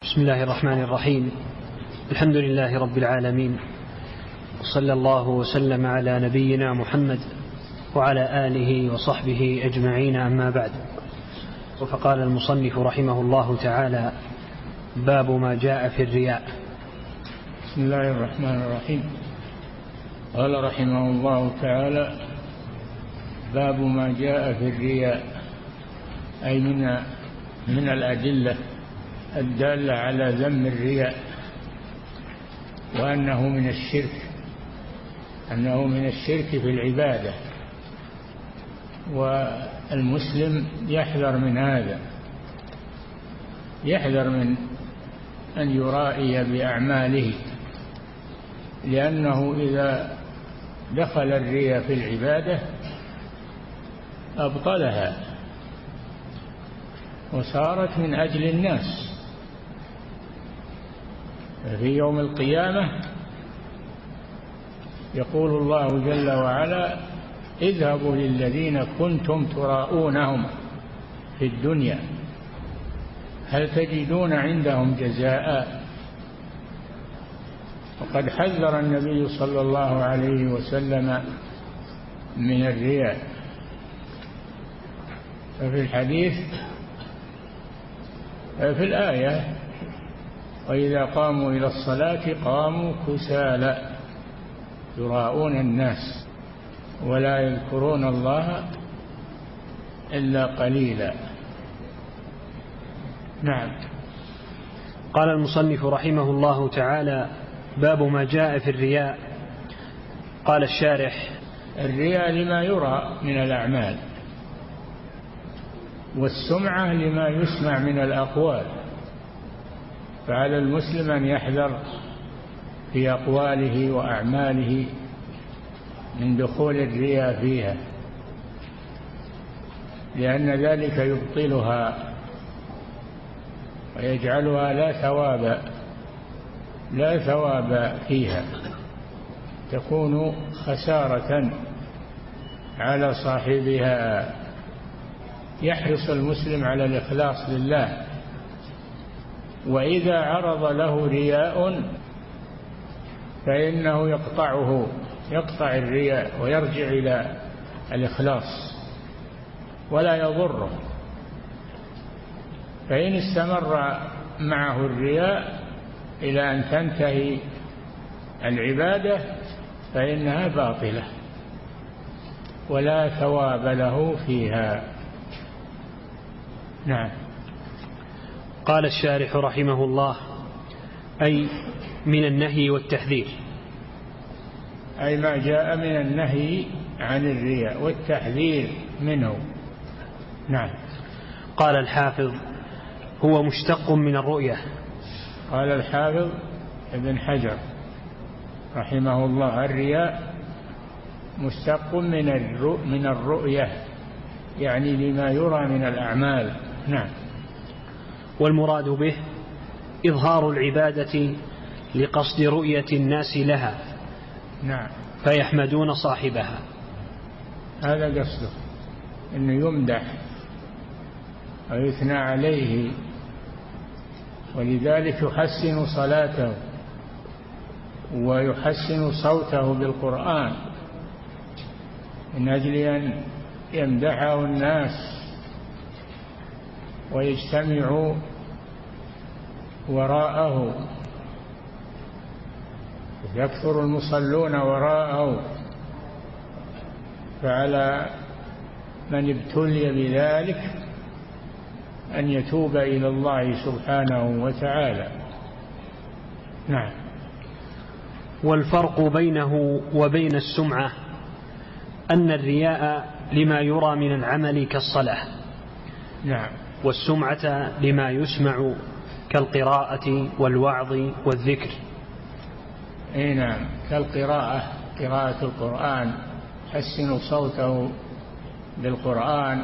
بسم الله الرحمن الرحيم. الحمد لله رب العالمين، وصلى الله وسلم على نبينا محمد وعلى آله وصحبه أجمعين، أما بعد. فقال المصنف رحمه الله تعالى: باب ما جاء في الرياء. بسم الله الرحمن الرحيم. قال رحمه الله تعالى: باب ما جاء في الرياء، أي من الأدلة الدالة على ذم الرياء، وأنه من الشرك في العبادة، والمسلم يحذر من هذا، يحذر من أن يرائي بأعماله، لأنه إذا دخل الرياء في العبادة أبطلها وصارت من أجل الناس. في يوم القيامة يقول الله جل وعلا: اذهبوا للذين كنتم تراءونهم في الدنيا هل تجدون عندهم جزاء. وقد حذر النبي صلى الله عليه وسلم من الرياء، ففي الحديث في الآية: وإذا قاموا إلى الصلاة قاموا كسالى يراءون الناس ولا يذكرون الله إلا قليلا. نعم. قال المصنف رحمه الله تعالى: باب ما جاء في الرياء. قال الشارح: الرياء لما يرى من الأعمال، والسمعة لما يسمع من الأقوال، فعلى المسلم أن يحذر في أقواله وأعماله من دخول الرياء فيها، لأن ذلك يبطلها ويجعلها لا ثواب فيها، تكون خسارة على صاحبها. يحرص المسلم على الإخلاص لله، وإذا عرض له رياء فإنه يقطع الرياء ويرجع إلى الإخلاص ولا يضره. فإن استمر معه الرياء إلى أن تنتهي العبادة فإنها باطلة ولا ثواب له فيها. نعم. قال الشارح رحمه الله: أي من النهي والتحذير، أي ما جاء من النهي عن الرياء والتحذير منه. نعم. قال الحافظ: هو مشتق من الرؤية. قال الحافظ ابن حجر رحمه الله: الرياء مشتق من الرؤية، يعني لما يرى من الأعمال. نعم. والمراد به إظهار العبادة لقصد رؤية الناس لها. نعم. فيحمدون صاحبها، هذا قصده، أنه يمدح ويثنى عليه، ولذلك يحسن صلاته ويحسن صوته بالقرآن من أجل أن يمدحه الناس ويجتمعوا وراءه، يكثر المصلون وراءه. فعلى من ابتلي بذلك أن يتوب إلى الله سبحانه وتعالى. نعم. والفرق بينه وبين السمعة أن الرياء لما يرى من العمل كالصلاة. نعم. والسمعة لما يسمع كالقراءة والوعظ والذكر. نعم، قراءة القرآن، يحسن صوته بالقرآن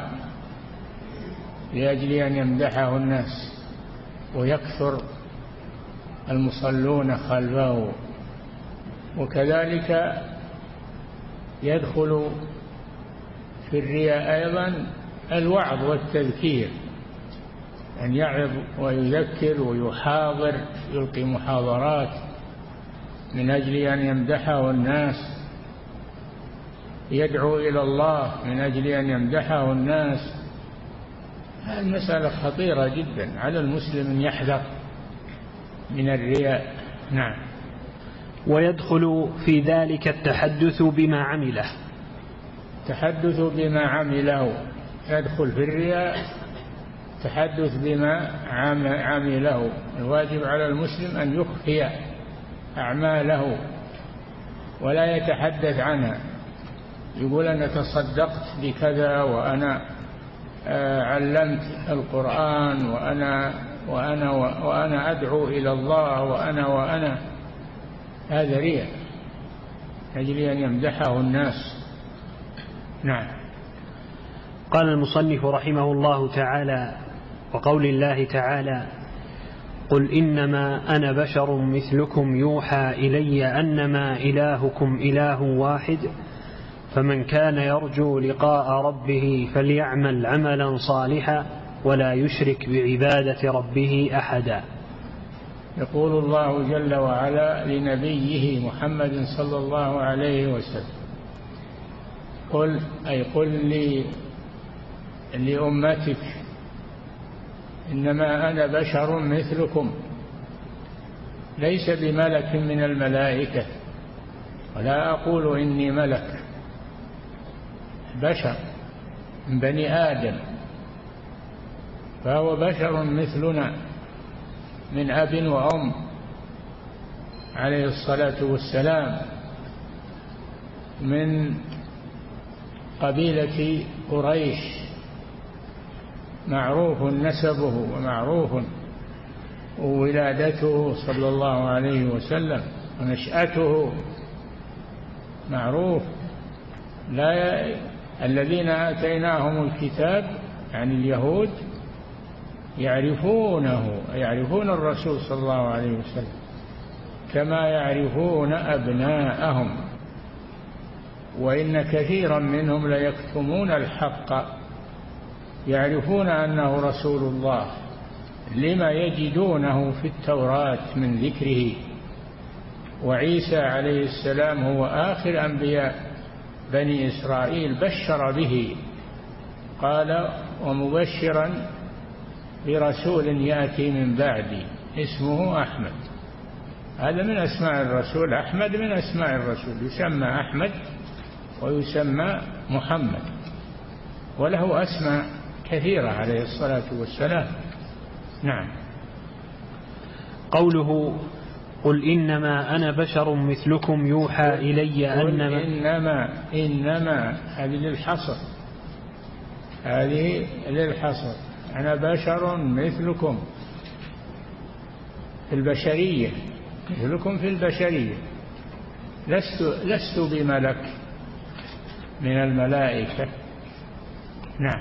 لأجل أن يمدحه الناس ويكثر المصلون خلفه. وكذلك يدخل في الرياء أيضا الوعظ والتذكير، أن يعظ ويذكر ويحاضر، يلقي محاضرات من أجل أن يمدحه الناس، يدعو إلى الله من أجل أن يمدحه الناس. هذه المسألة خطيرة جدا، على المسلم أن يحذر من الرياء. نعم. ويدخل في ذلك التحدث بما عمله. التحدث بما عمله يدخل في الرياء، تحدث بما عمله. الواجب على المسلم أن يخفي أعماله ولا يتحدث عنها، يقول أنا تصدقت بكذا، وأنا علمت القرآن، وأنا أدعو إلى الله، وأنا هذا رياء أجل أن يمدحه الناس. نعم. قال المصنف رحمه الله تعالى: وقول الله تعالى: قل إنما أنا بشر مثلكم يوحى إلي أنما إلهكم إله واحد فمن كان يرجو لقاء ربه فليعمل عملا صالحا ولا يشرك بعبادة ربه أحدا. يقول الله جل وعلا لنبيه محمد صلى الله عليه وسلم: قل، أي قل لأمتك إنما أنا بشر مثلكم، ليس بملك من الملائكة، ولا أقول إني ملك، بشر من بني آدم، فهو بشر مثلنا من أب وأم عليه الصلاة والسلام، من قبيلة قريش، معروف نسبه ومعروف ولادته صلى الله عليه وسلم، ونشأته معروف. الذين آتيناهم الكتاب يعني اليهود يعرفون الرسول صلى الله عليه وسلم كما يعرفون أبناءهم، وإن كثيرا منهم ليكتمون الحق، يعرفون أنه رسول الله لما يجدونه في التوراة من ذكره. وعيسى عليه السلام هو آخر أنبياء بني إسرائيل، بشر به، قال: ومبشرا برسول يأتي من بعدي اسمه أحمد. هذا من أسماء الرسول، أحمد من أسماء الرسول، يسمى أحمد ويسمى محمد، وله أسماء كثيرة عليه الصلاة والسلام. نعم. قوله: قل إنما أنا بشر مثلكم يوحى إلي إنما هذه للحصر، أنا بشر مثلكم في البشرية، مثلكم في البشرية، لست بملك من الملائكة. نعم.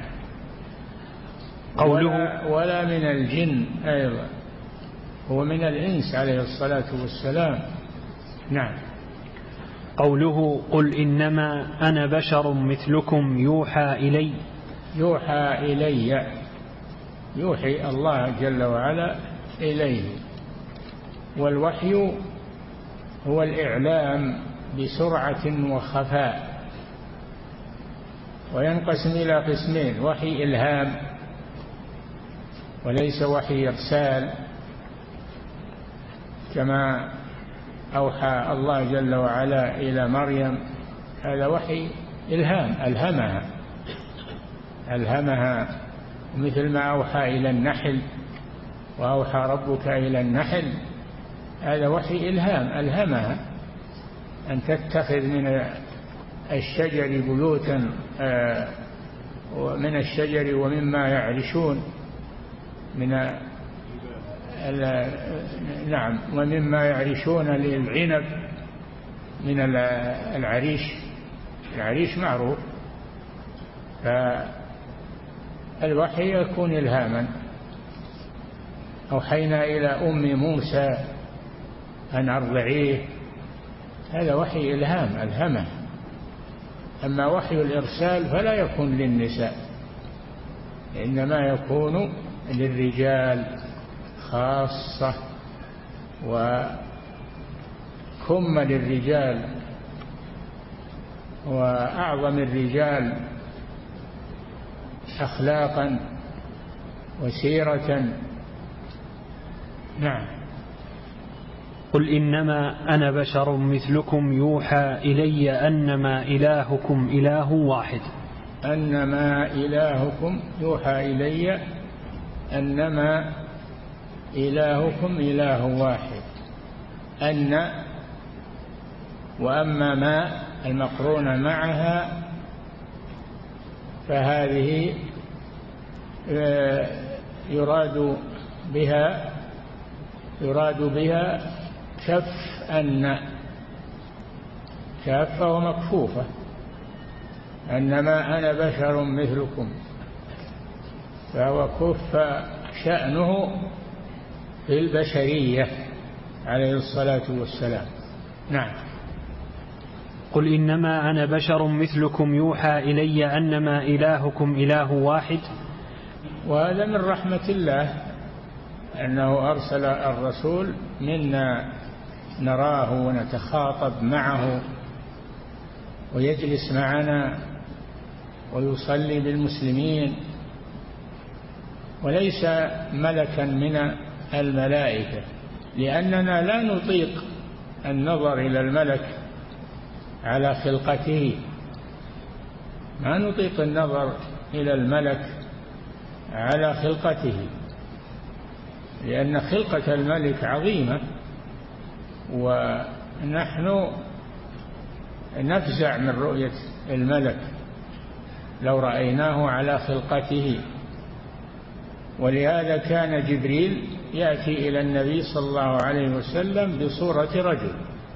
قوله: ولا من الجن أيضا، هو من الإنس عليه الصلاة والسلام. نعم. قوله: قل إنما أنا بشر مثلكم يوحى إلي. يوحي الله جل وعلا إليه، والوحي هو الإعلام بسرعة وخفاء، وينقسم إلى قسمين: وحي إلهام وليس وحي إرسال، كما أوحى الله جل وعلا إلى مريم، هذا وحي إلهام، ألهمها، مثل ما أوحى إلى النحل، وأوحى ربك إلى النحل، هذا وحي إلهام، ألهمها أن تتخذ من الشجر بيوتا، ومن الشجر ومما يعرشون نعم، ومما يعرشون للعنب من العريش معروف. فالوحي يكون إلهاما. أوحينا إلى أم موسى أن أرضعيه، هذا وحي إلهام، ألهمه. أما وحي الإرسال فلا يكون للنساء، إنما يكون للرجال خاصة وكم للرجال وأعظم الرجال أخلاقا وسيرة. نعم. قل إنما أنا بشر مثلكم يوحى إلي أنما إلهكم إله واحد. أنما إلهكم يوحى إلي أنما إلهكم إله واحد. أن وأما ما المقرون معها فهذه يراد بها كف أن، كافة ومكفوفة. أنما أنا بشر مثلكم، فهو كف شأنه في البشرية عليه الصلاة والسلام. نعم. قل إنما أنا بشر مثلكم يوحى إلي أنما إلهكم إله واحد. وهذا من رحمة الله أنه أرسل الرسول منا نراه ونتخاطب معه ويجلس معنا ويصلي بالمسلمين، وليس ملكا من الملائكة، لأننا لا نطيق النظر إلى الملك على خلقته، ما نطيق النظر إلى الملك على خلقته، لأن خلقة الملك عظيمة، ونحن نفزع من رؤية الملك لو رأيناه على خلقته. ولهذا كان جبريل يأتي إلى النبي صلى الله عليه وسلم بصورة رجل،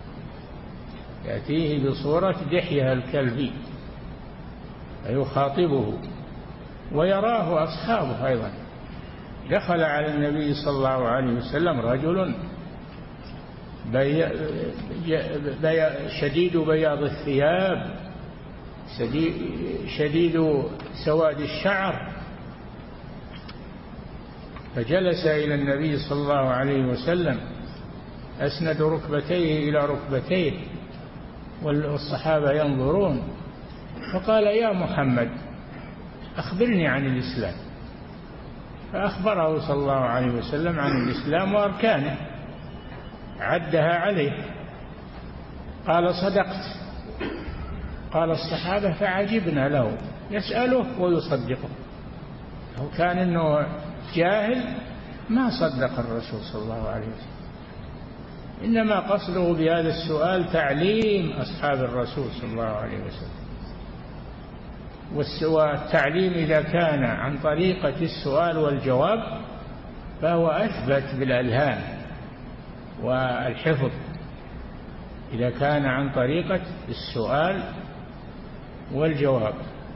يأتيه بصورة دحية الكلبي فيخاطبه، ويراه أصحابه أيضا. دخل على النبي صلى الله عليه وسلم رجل شديد بياض الثياب شديد سواد الشعر، فجلس إلى النبي صلى الله عليه وسلم أسند ركبتيه إلى ركبتيه والصحابة ينظرون، فقال: يا محمد أخبرني عن الإسلام. فأخبره صلى الله عليه وسلم عن الإسلام وأركانه، عدها عليه. قال: صدقت. قال الصحابة فعجبنا له، يسأله ويصدقه. لو كان إنه جاهل ما صدق الرسول صلى الله عليه وسلم، إنما قصده بهذا السؤال تعليم أصحاب الرسول صلى الله عليه وسلم. والتعليم إذا كان عن طريقة السؤال والجواب فهو أثبت بالأذهان والحفظ، إذا كان عن طريقة السؤال والجواب.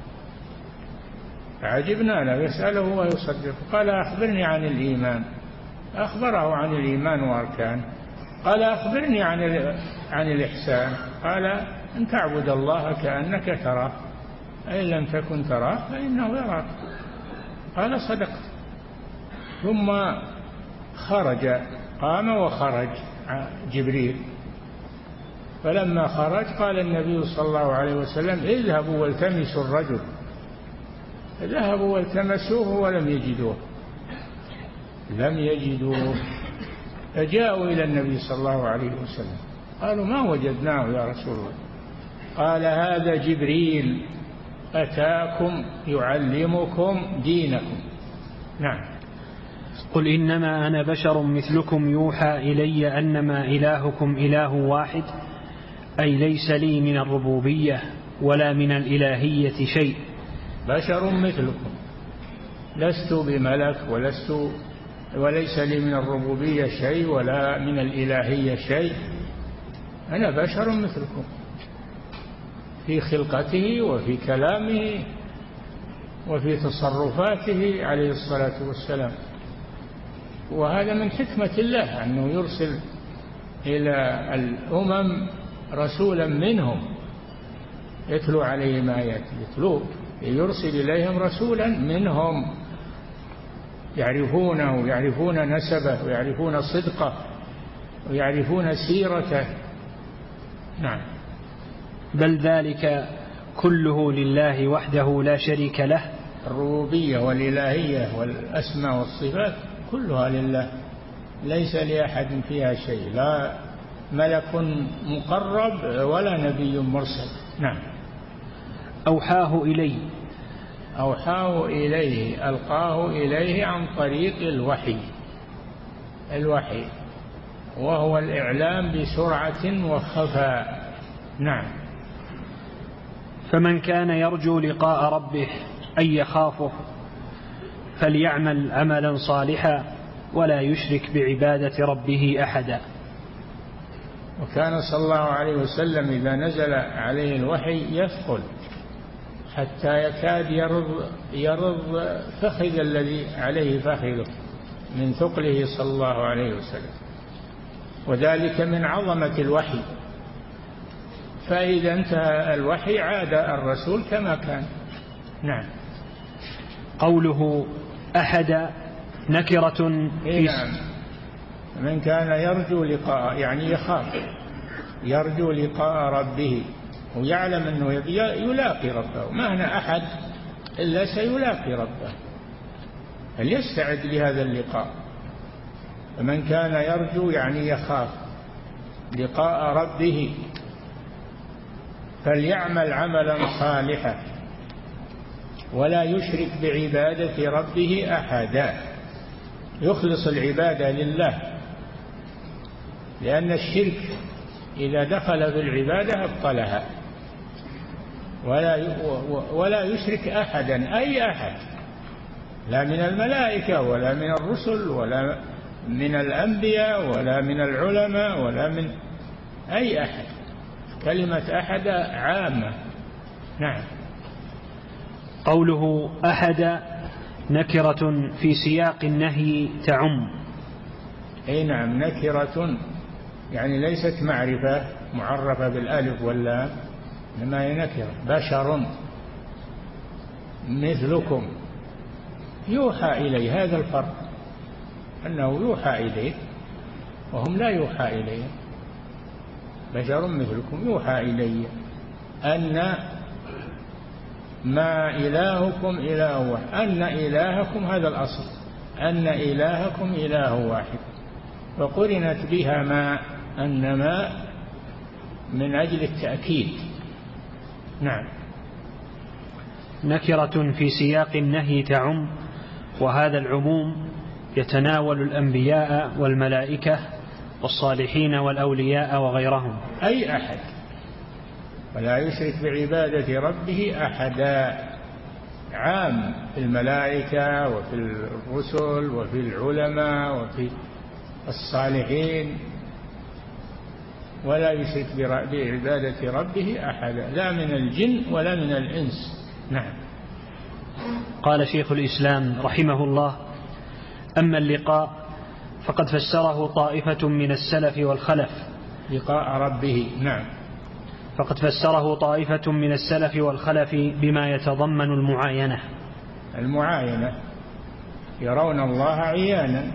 عجبنا له، يسأله ويصدق. قال: أخبرني عن الإيمان. أخبره عن الإيمان وأركانه. قال: أخبرني عن الإحسان. قال: أن تعبد الله كأنك تراه، أي لم تكن تراه فإنه يراك. قال: صدقت. ثم خرج، قام وخرج جبريل. فلما خرج قال النبي صلى الله عليه وسلم: اذهبوا والتمسوا الرجل. ذهبوا والتمسوه ولم يجدوه، لم يجدوه. فجاءوا إلى النبي صلى الله عليه وسلم قالوا: ما وجدناه يا رسول الله. قال: هذا جبريل أتاكم يعلمكم دينكم. نعم. قل إنما أنا بشر مثلكم يوحى إلي أنما إلهكم إله واحد، أي ليس لي من الربوبية ولا من الإلهية شيء. بشر مثلكم، لست بملك وليس لي من الربوبية شيء ولا من الإلهية شيء. أنا بشر مثلكم في خلقته وفي كلامه وفي تصرفاته عليه الصلاة والسلام. وهذا من حكمة الله أنه يرسل إلى الأمم رسولا منهم يتلو عليهم آياته، يرسل إليهم رسولا منهم يعرفونه ويعرفون نسبه ويعرفون صدقه ويعرفون سيرته. نعم. بل ذلك كله لله وحده لا شريك له. الربوبية والإلهية والأسماء والصفات كلها لله، ليس لأحد فيها شيء، لا ملك مقرب ولا نبي مرسل. نعم. أوحاه إليه. أوحاه إليه، ألقاه إليه عن طريق الوحي وهو الإعلام بسرعة وخفاء. نعم. فمن كان يرجو لقاء ربه أي يخافه فليعمل عملا صالحا ولا يشرك بعبادة ربه أحدا. وكان صلى الله عليه وسلم إذا نزل عليه الوحي يثقل حتى يكاد يرض فخذ الذي عليه فخذه من ثقله صلى الله عليه وسلم، وذلك من عظمة الوحي. فإذا انتهى الوحي عاد الرسول كما كان. نعم. قوله أحد نكرة نعم. من كان يرجو لقاء يعني يخاف، يرجو لقاء ربه ويعلم أنه يلاقي ربه، ما هنا أحد إلا سيلاقي ربه، فليستعد لهذا اللقاء. فمن كان يرجو يعني يخاف لقاء ربه فليعمل عملا صالحا ولا يشرك بعبادة ربه أحدا، يخلص العبادة لله، لأن الشرك إذا دخل في العبادة أبطلها. ولا يشرك أحدا، أي أحد، لا من الملائكة ولا من الرسل ولا من الأنبياء ولا من العلماء ولا من أي أحد. كلمة أحد عامة. نعم. قوله أحد نكرة في سياق النهي تعم. أي نعم، نكرة يعني ليست معرفة معرفة بالألف واللام، إنما هي نكرة. بشر مثلكم يوحى إليه، هذا الفرق، أنه يوحى إليه وهم لا يوحى إليه. بشر مثلكم يوحى إلي أن ما إلهكم إله واحد، أن إلهكم هذا الأصل، أن إلهكم إله واحد، وقرنت بها ما، أن ما من أجل التأكيد. نعم. نكرة في سياق النهي تعم، وهذا العموم يتناول الأنبياء والملائكة والصالحين والأولياء وغيرهم. أي أحد، ولا يشرك بعبادة ربه أحدا، عام في الملائكة وفي الرسل وفي العلماء وفي الصالحين، ولا يشرك بعبادة ربه أحدا، لا من الجن ولا من الإنس. نعم. قال شيخ الإسلام رحمه الله: أما اللقاء فقد فسره طائفة من السلف والخلف. لقاء ربه. نعم. فقد فسره طائفة من السلف والخلف بما يتضمن المعاينة. المعاينة يرون الله عيانا،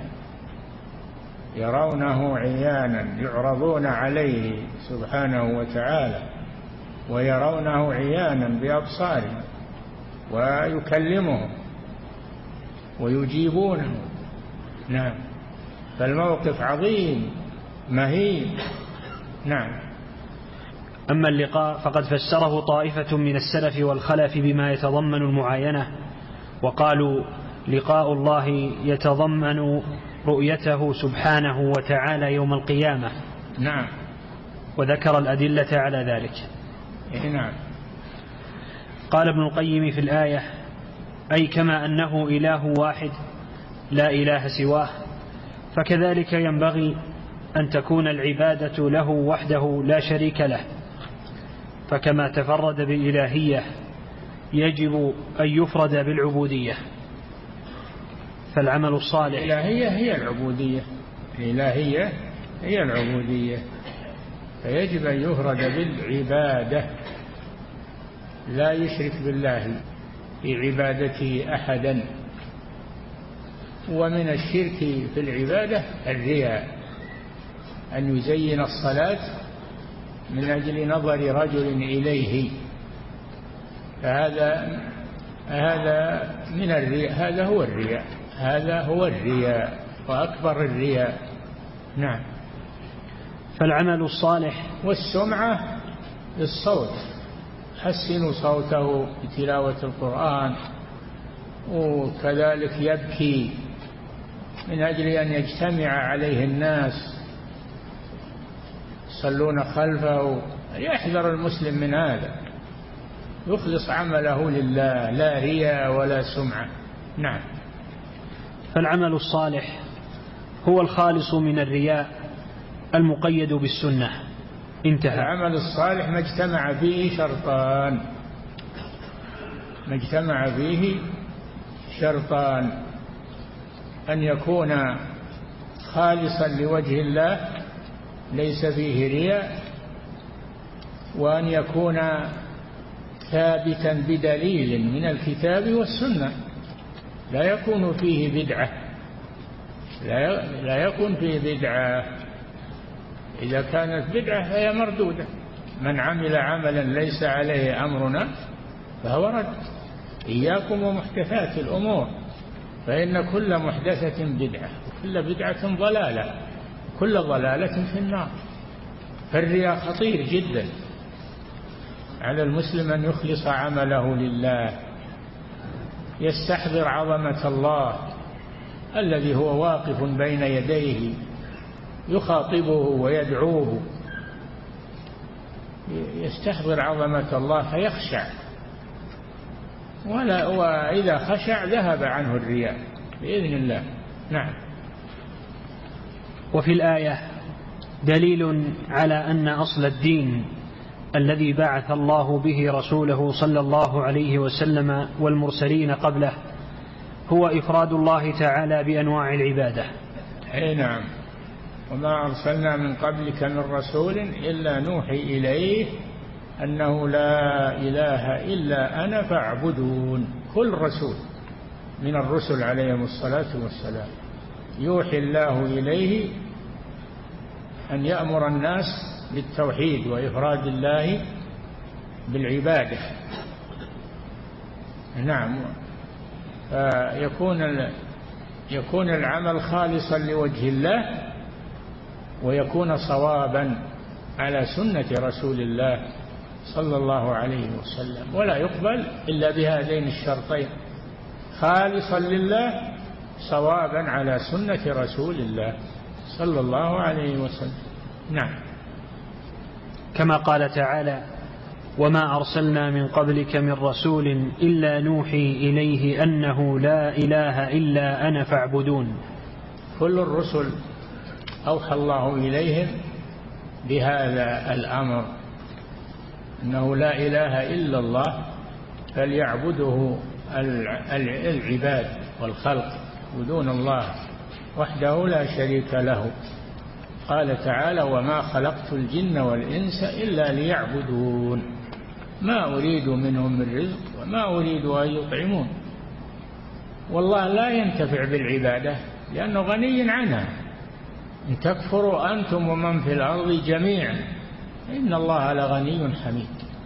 يرونه عيانا، يعرضون عليه سبحانه وتعالى ويرونه عيانا بأبصارهم ويكلمهم ويجيبونه. نعم. فالموقف عظيم مهين. نعم. أما اللقاء فقد فسره طائفة من السلف والخلف بما يتضمن المعاينة، وقالوا لقاء الله يتضمن رؤيته سبحانه وتعالى يوم القيامة. نعم. وذكر الأدلة على ذلك. نعم. قال ابن القيم في الآية: أي كما أنه إله واحد لا إله سواه، فكذلك ينبغي أن تكون العبادة له وحده لا شريك له، فكما تفرد بالإلهية يجب أن يفرد بالعبودية. فالعمل الصالح، الإلهية هي العبودية، الإلهية هي العبودية، فيجب أن يفرد بالعبادة، لا يشرك بالله في عبادته أحدا. ومن الشرك في العبادة الرياء، أن يزين الصلاة من أجل نظر رجل إليه، فهذا من الرياء، هذا هو الرياء وأكبر الرياء. نعم. فالعمل الصالح والسمعة الصوت، حسنوا صوته بتلاوة القرآن، وكذلك يبكي من أجل أن يجتمع عليه الناس يصلون خلفه. يحذر المسلم من هذا، يخلص عمله لله، لا رياء ولا سمعة. نعم. فالعمل الصالح هو الخالص من الرياء المقيد بالسنة. انتهى. العمل الصالح ما اجتمع فيه شرطان، أن يكون خالصا لوجه الله ليس فيه رياء، وأن يكون ثابتا بدليل من الكتاب والسنة، لا يكون فيه بدعة، لا يكون فيه بدعة. إذا كانت بدعة فهي مردودة. من عمل عملا ليس عليه أمرنا فهو رد. إياكم ومحدثات الأمور، فإن كل محدثة بدعة، وكل بدعة ضلالة، كل ضلالة في النار. فالرياء خطير جدا، على المسلم أن يخلص عمله لله، يستحضر عظمة الله الذي هو واقف بين يديه يخاطبه ويدعوه، يستحضر عظمة الله فيخشع، وإذا خشع ذهب عنه الرياء بإذن الله. نعم. وفي الآية دليل على أن أصل الدين الذي بعث الله به رسوله صلى الله عليه وسلم والمرسلين قبله هو إفراد الله تعالى بأنواع العبادة. أي نعم. وما أرسلنا من قبلك من رسول إلا نوحي إليه أنه لا إله إلا أنا فاعبدون. كل رسول من الرسل عليهم الصلاة والسلام يوحي الله إليه أن يأمر الناس بالتوحيد وإفراد الله بالعبادة. نعم. يكون العمل خالصا لوجه الله، ويكون صوابا على سنة رسول الله صلى الله عليه وسلم، ولا يقبل إلا بهذين الشرطين: خالصا لله، صوابا على سنة رسول الله صلى الله عليه وسلم. نعم. كما قال تعالى: وما أرسلنا من قبلك من رسول إلا نوحي إليه أنه لا إله إلا أنا فاعبدون. كل الرسل أوحى الله إليهم بهذا الأمر، أنه لا إله إلا الله، فليعبده العباد والخلق ودون الله وحده لا شريك له. قال تعالى: وما خلقت الجن والإنس إلا ليعبدون ما أريد منهم من رزق وما أريد أن يطعمون. والله لا ينتفع بالعبادة لأنه غني عنها. إن تكفروا أنتم ومن في الأرض جميعا إن الله لغني حميد.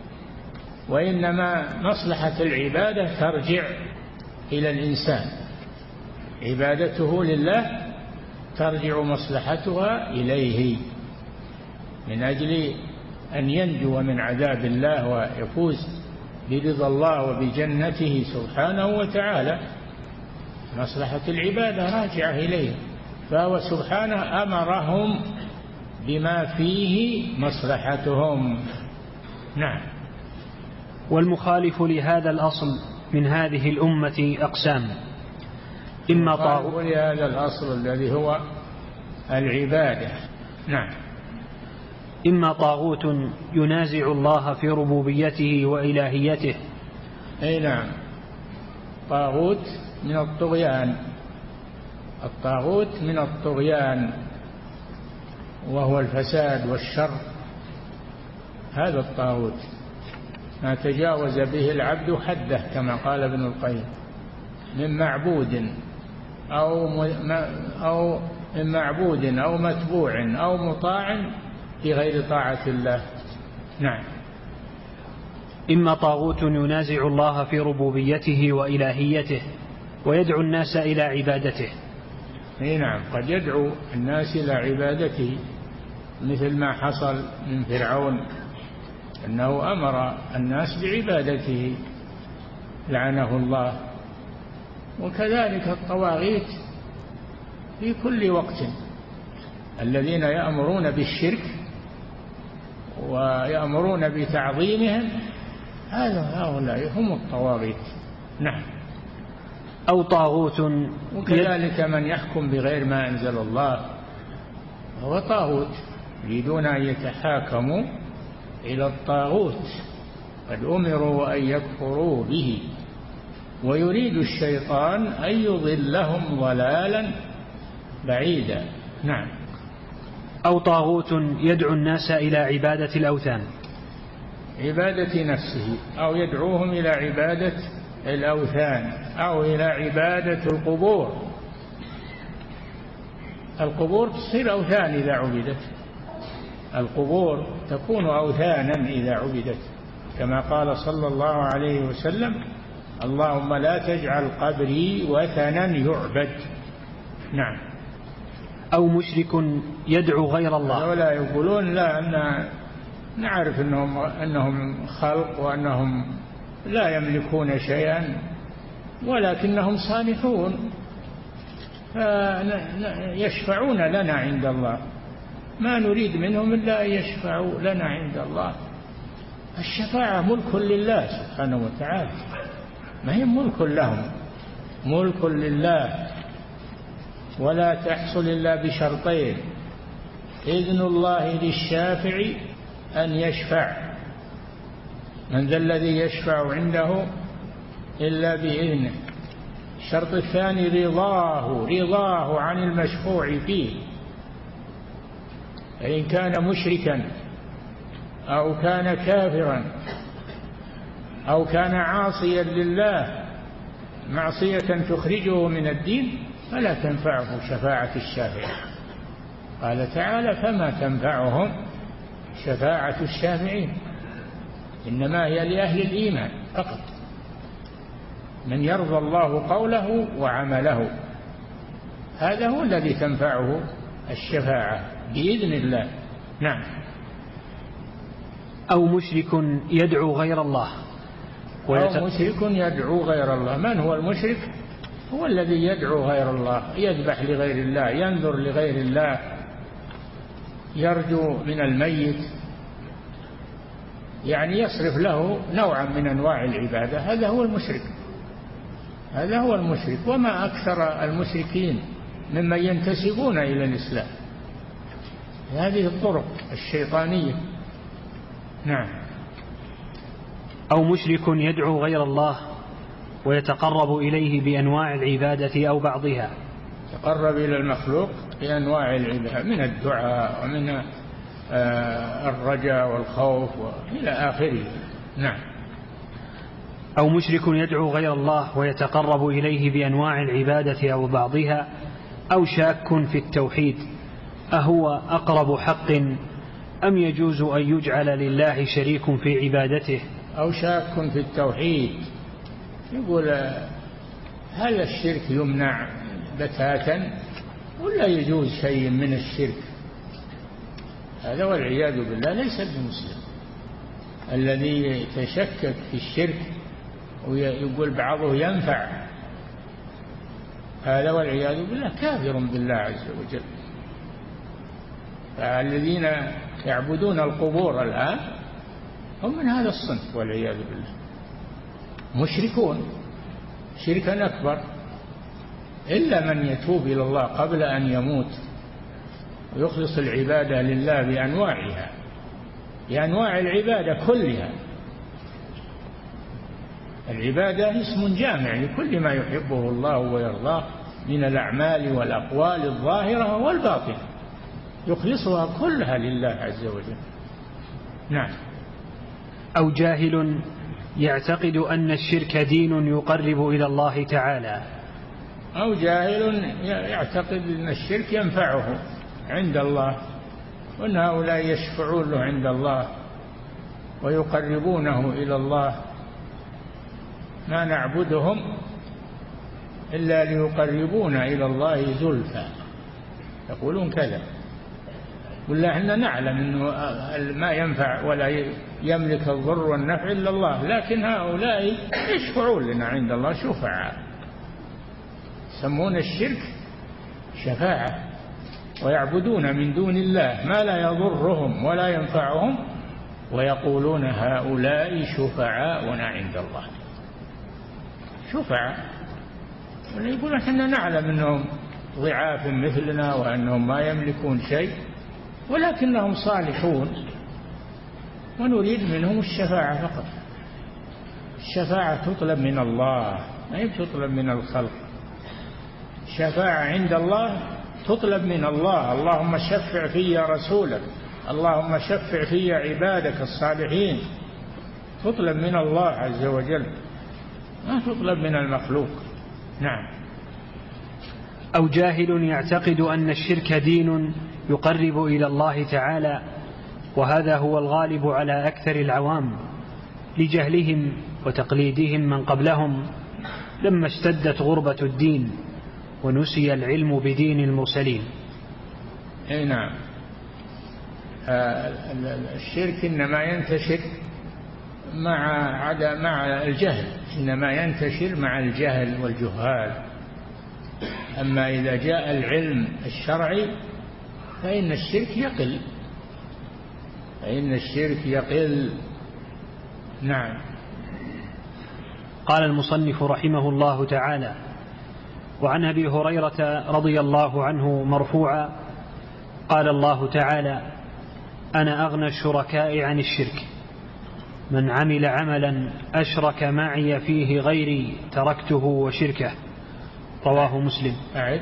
وإنما مصلحة العبادة ترجع إلى الإنسان، عبادته لله ترجع مصلحتها إليه من أجل أن ينجو من عذاب الله ويفوز برضا الله وبجنته سبحانه وتعالى. مصلحة العبادة راجعة إليه، فهو سبحانه أمرهم بما فيه مصلحتهم. نعم. والمخالف لهذا الأصل من هذه الأمة أقسام: إما طاغوت لهذا الأصل الذي هو العبادة. نعم. إما طاغوت ينازع الله في ربوبيته وإلهيته. أي نعم. طاغوت من الطغيان، الطاغوت من الطغيان وهو الفساد والشر. هذا الطاغوت ما تجاوز به العبد حده كما قال ابن القيم من معبود أو من معبود أو متبوع أو مطاع في غير طاعة الله. نعم. إما طاغوت ينازع الله في ربوبيته وإلهيته ويدعو الناس إلى عبادته. نعم، قد يدعو الناس إلى عبادته، مثل ما حصل من فرعون أنه أمر الناس بعبادته لعنه الله. وكذلك الطواغيت في كل وقت، الذين يأمرون بالشرك ويأمرون بتعظيمهم هؤلاء هم الطواغيت. نعم. أو طاغوت. وكذلك من يحكم بغير ما أنزل الله هو طاغوت، يريدون أن يتحاكموا إلى الطاغوت، قد أمروا أن يكفروا به، ويريد الشيطان أن يضلهم ضلالا بعيدا. نعم. أو طاغوت يدعو الناس إلى عبادة الأوثان، عبادة نفسه، أو يدعوهم إلى عبادة الأوثان، أو إلى عبادة القبور. القبور تصير أوثان إذا عبدت، القبور تكون أوثانا إذا عبدت، كما قال صلى الله عليه وسلم: اللهم لا تجعل قبري وثنا يعبد. نعم. أو مشرك يدعو غير الله. ولا يقولون لا، أن نعرف أنهم خلق وأنهم لا يملكون شيئا، ولكنهم صالحون يشفعون لنا عند الله، ما نريد منهم إلا أن يشفعوا لنا عند الله. الشفاعة ملك لله سبحانه وتعالى، ما هي ملك لهم، ملك لله، ولا تحصل إلا بشرطين: إذن الله للشافع أن يشفع، من ذا الذي يشفع عنده إلا بإذنه. الشرط الثاني رضاه عن المشفوع فيه، فإن كان مشركا أو كان كافرا أو كان عاصيا لله معصية تخرجه من الدين فلا تنفعه شفاعة الشافع. قال تعالى: فما تنفعهم شفاعة الشافعين، إنما هي لأهل الإيمان فقط، من يرضى الله قوله وعمله، هذا هو الذي تنفعه الشفاعة بإذن الله. نعم. أو مشرك يدعو غير الله. أو مشرك يدعو غير الله. من هو المشرك؟ هو الذي يدعو غير الله، يذبح لغير الله، ينذر لغير الله، يرجو من الميت، يعني يصرف له نوعا من أنواع العبادة. هذا هو المشرك، هذا هو المشرك. وما أكثر المشركين ممن ينتسبون إلى الإسلام، هذه الطرق الشيطانية. نعم. أو مشرك يدعو غير الله ويتقرب إليه بأنواع العبادة أو بعضها، يتقرب إلى المخلوق بأنواع العبادة، من الدعاء ومن الرجاء والخوف إلى آخره. نعم. أو مشرك يدعو غير الله ويتقرب إليه بأنواع العبادة أو بعضها، أو شاك في التوحيد أهو أقرب حق أم يجوز أن يجعل لله شريك في عبادته. أو شاك في التوحيد، يقول هل الشرك يمنع بتاتا ولا يجوز شيء من الشرك؟ هذا والعياذ بالله ليس بمسلم. الذي يتشكك في الشرك ويقول بعضه ينفع، هذا والعياذ بالله كافر بالله عز وجل. فالذين يعبدون القبور الآن هم من هذا الصنف والعياذ بالله، مشركون شركا أكبر، إلا من يتوب إلى الله قبل أن يموت ويخلص العبادة لله بأنواعها، بأنواع العبادة كلها. العبادة اسم جامع لكل ما يحبه الله ويرضاه من الأعمال والأقوال الظاهرة والباطنة، يخلصها كلها لله عز وجل. نعم. أو جاهل يعتقد أن الشرك دين يقرب إلى الله تعالى أو جاهل يعتقد أن الشرك ينفعه عند الله، وأن هؤلاء يشفعون له عند الله ويقربونه إلى الله، ما نعبدهم إلا ليقربونا إلى الله زلفى، يقولون كذا. ولا احنا نعلم أنه ما ينفع ولا يملك الضر والنفع إلا الله، لكن هؤلاء يشفعون لنا عند الله شفعاء، يسمون الشرك شفاعة، ويعبدون من دون الله ما لا يضرهم ولا ينفعهم، ويقولون هؤلاء شفعاؤنا عند الله. شفعاء، يقول احنا نعلم أنهم ضعاف مثلنا وأنهم ما يملكون شيء، ولكنهم صالحون ونريد منهم الشفاعة فقط. الشفاعة تطلب من الله، ما تطلب من الخلق. الشفاعة عند الله تطلب من الله، اللهم شفع في رسولك، اللهم شفع في عبادك الصالحين، تطلب من الله عز وجل، ما تطلب من المخلوق. نعم. أو جاهل يعتقد أن الشرك دين يقرب إلى الله تعالى، وهذا هو الغالب على أكثر العوام لجهلهم وتقليدهم من قبلهم لما اشتدت غربة الدين ونسي العلم بدين المرسلين. أي نعم. الشرك إنما ينتشر مع الجهل، إنما ينتشر مع الجهل والجهال. أما إذا جاء العلم الشرعي فإن الشرك يقل، فإن الشرك يقل. نعم. قال المصنف رحمه الله تعالى: وعن أبي هريرة رضي الله عنه مرفوعا قال الله تعالى: أنا أغنى الشركاء عن الشرك، من عمل عملا أشرك معي فيه غيري تركته وشركه، رواه مسلم.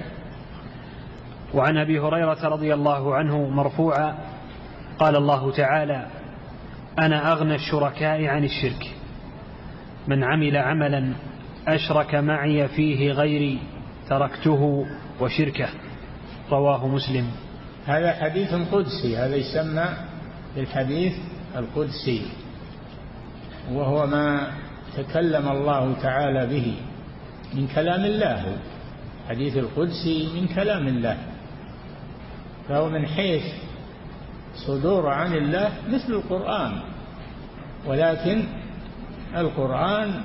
وعن أبي هريرة رضي الله عنه مرفوعا قال الله تعالى: أنا أغنى الشركاء عن الشرك، من عمل عملا أشرك معي فيه غيري تركته وشركه، رواه مسلم. هذا حديث قدسي، هذا يسمى بالحديث القدسي، وهو ما تكلم الله تعالى به من كلام الله. حديث القدسي من كلام الله، فهو من حيث صدور عن الله مثل القرآن، ولكن القرآن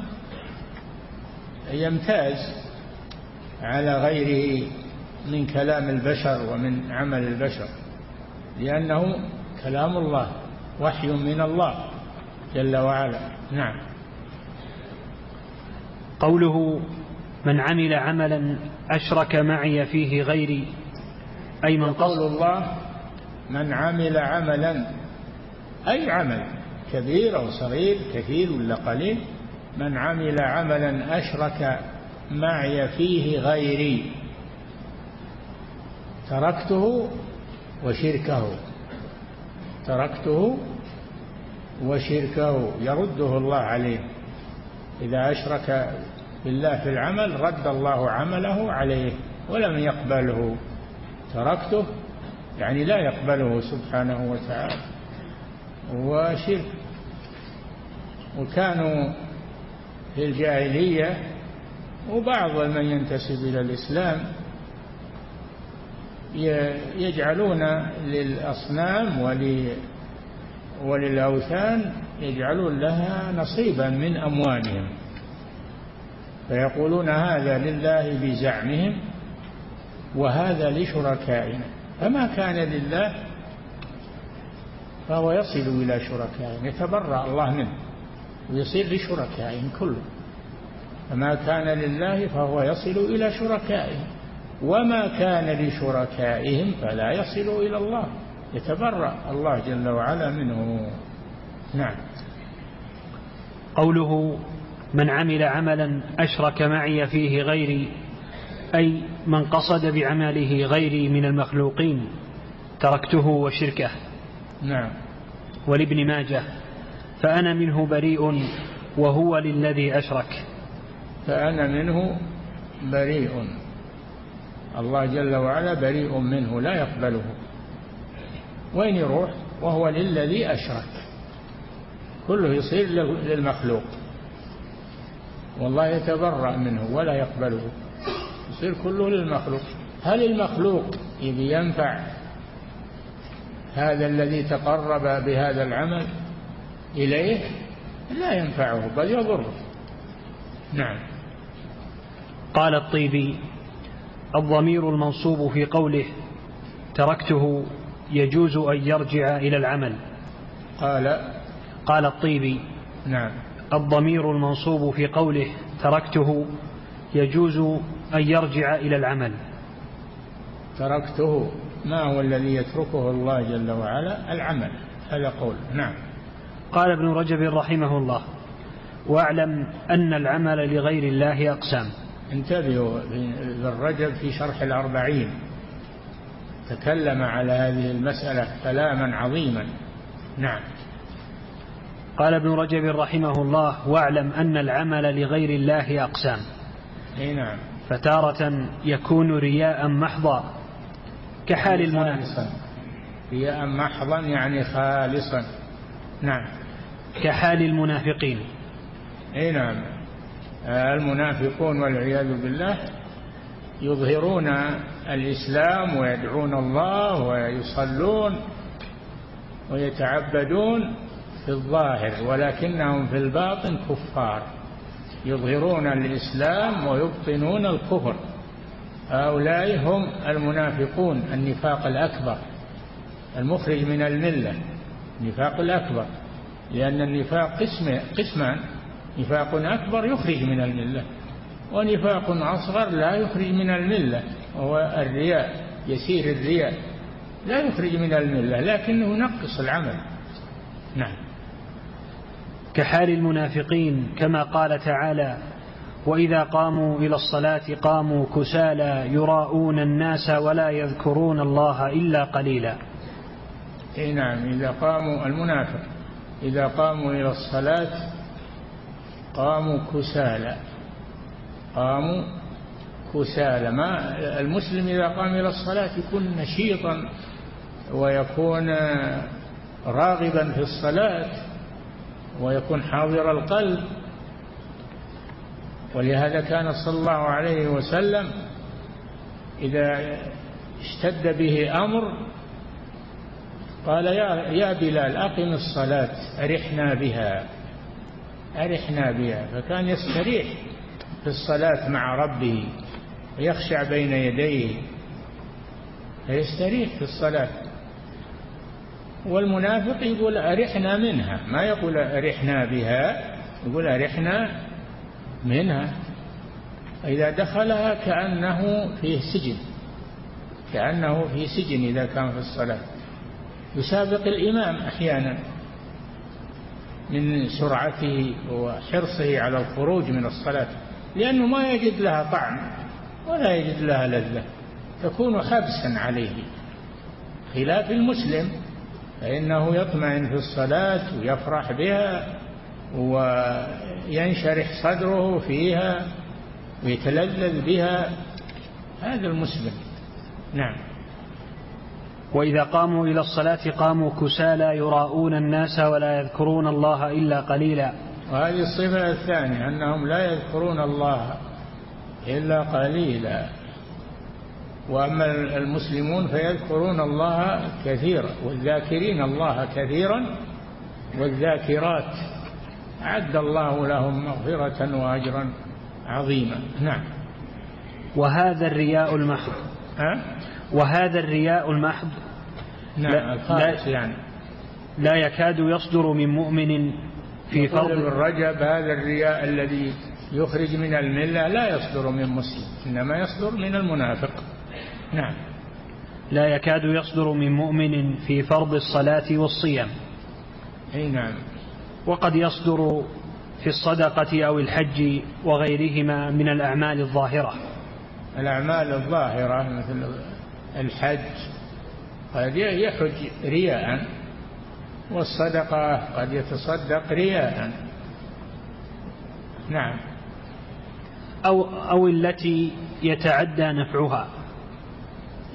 يمتاز على غيره من كلام البشر ومن عمل البشر، لأنه كلام الله، وحي من الله جل وعلا. نعم. قوله من عمل عملا أشرك معي فيه غيري، أي من قول الله من عمل عملا، أي عمل كبير أو صغير، كثير ولا قليل، من عمل عملا أشرك معي فيه غيري تركته وشركه، تركته وشركه، يرده الله عليه. إذا أشرك بالله في العمل رد الله عمله عليه ولم يقبله، تركته يعني لا يقبله سبحانه وتعالى وشرك. وكانوا في الجاهلية وبعض من ينتسب إلى الإسلام يجعلون للأصنام وللأوثان يجعلون لها نصيبا من أموالهم، فيقولون هذا لله بزعمهم وهذا لشركائنا، فما كان لله فهو يصل إلى شركائهم، يتبرأ الله منه ويصير لشركائهم كله. فما كان لله فهو يصل إلى شركائهم، وما كان لشركائهم فلا يصل إلى الله، يتبرأ الله جل وعلا منه. نعم. قوله من عمل عملا أشرك معي فيه غيري، أي من قصد بعمله غيري من المخلوقين تركته وشركه. نعم. ولابن ماجه فأنا منه بريء وهو للذي أشرك. فأنا منه بريء الله جل وعلا بريء منه لا يقبله. وين يروح؟ وهو للذي أشرك، كله يصير للمخلوق، والله يتبرأ منه ولا يقبله، يصير كله للمخلوق. هل المخلوق إذ ينفع هذا الذي تقرب بهذا العمل إليه؟ لا ينفعه بل يضره. نعم. قال الطيبي: الضمير المنصوب في قوله تركته يجوز أن يرجع إلى العمل. قال الطيبي: نعم. الضمير المنصوب في قوله تركته يجوز أن يرجع إلى العمل. تركته ما هو الذي يتركه الله جل وعلا؟ العمل، هذا قول. نعم. قال ابن رجب رحمه الله: واعلم أن العمل لغير الله أقسام. انتبهوا، ابن رجب في شرح الأربعين تكلم على هذه المسألة كلاما عظيما. نعم. قال ابن رجب رحمه الله: واعلم أن العمل لغير الله أقسام. نعم. فتارة يكون رياء محضا كحال المنافق. رياء محضا يعني خالصا. نعم. كحال المنافقين. نعم. المنافقون والعياذ بالله يظهرون الإسلام ويدعون الله ويصلون ويتعبدون في الظاهر، ولكنهم في الباطن كفار، يظهرون الإسلام ويبطنون الكفر. هؤلاء هم المنافقون، النفاق الأكبر المخرج من الملة، النفاق الأكبر، لأن النفاق قسمان: نفاق أكبر يخرج من الملة، ونفاق أصغر لا يخرج من الملة، وهو الرياء، يسير الرياء لا يخرج من الملة لكنه ينقص العمل. نعم. كحال المنافقين، كما قال تعالى: وإذا قاموا إلى الصلاة قاموا كسالى يراءون الناس ولا يذكرون الله إلا قليلا. نعم. إذا قاموا، المنافق إذا قاموا إلى الصلاة قاموا كسالى. قاموا كسالى. ما المسلم إذا قام إلى الصلاة يكون نشيطا ويكون راغبا في الصلاة ويكون حاضر القلب. ولهذا كان صلى الله عليه وسلم إذا اشتد به أمر قال: يا بلال أقم الصلاة أرحنا بها، أرحنا بها. فكان يستريح في الصلاة مع ربه ويخشع بين يديه فيستريح في الصلاة. والمنافق يقول أرحنا منها، ما يقول أرحنا بها، يقول أرحنا منها. إذا دخلها كأنه فيه سجن، كأنه في سجن إذا كان في الصلاة. يسابق الإمام أحيانا من سرعته وحرصه على الخروج من الصلاة، لأنه ما يجد لها طعم ولا يجد لها لذة، تكون حبسا عليه، خلاف المسلم فإنه يطمئن في الصلاة ويفرح بها وينشرح صدره فيها ويتلذذ بها. هذا المسلم. نعم. وإذا قاموا إلى الصلاة قاموا كسالى يراءون الناس ولا يذكرون الله إلا قليلا. وهذه الصفة الثانية، أنهم لا يذكرون الله إلا قليلا. وأما المسلمون فيذكرون الله كثيرا، والذاكرين الله كثيرا والذاكرات أعد الله لهم مغفرة وأجرا عظيما. نعم. وهذا الرياء المحض. وهذا الرياء المحض. نعم. لا يكاد يصدر من مؤمن في فرض. ابن رجب: هذا الرياء الذي يخرج من الملة لا يصدر من مسلم، إنما يصدر من المنافق. نعم. لا يكاد يصدر من مؤمن في فرض الصلاة والصيام. نعم. وقد يصدر في الصدقة أو الحج وغيرهما من الأعمال الظاهرة. الأعمال الظاهرة مثل الحج قد يحج رياء، والصدقة قد يتصدق رياء. نعم. أو التي يتعدى نفعها.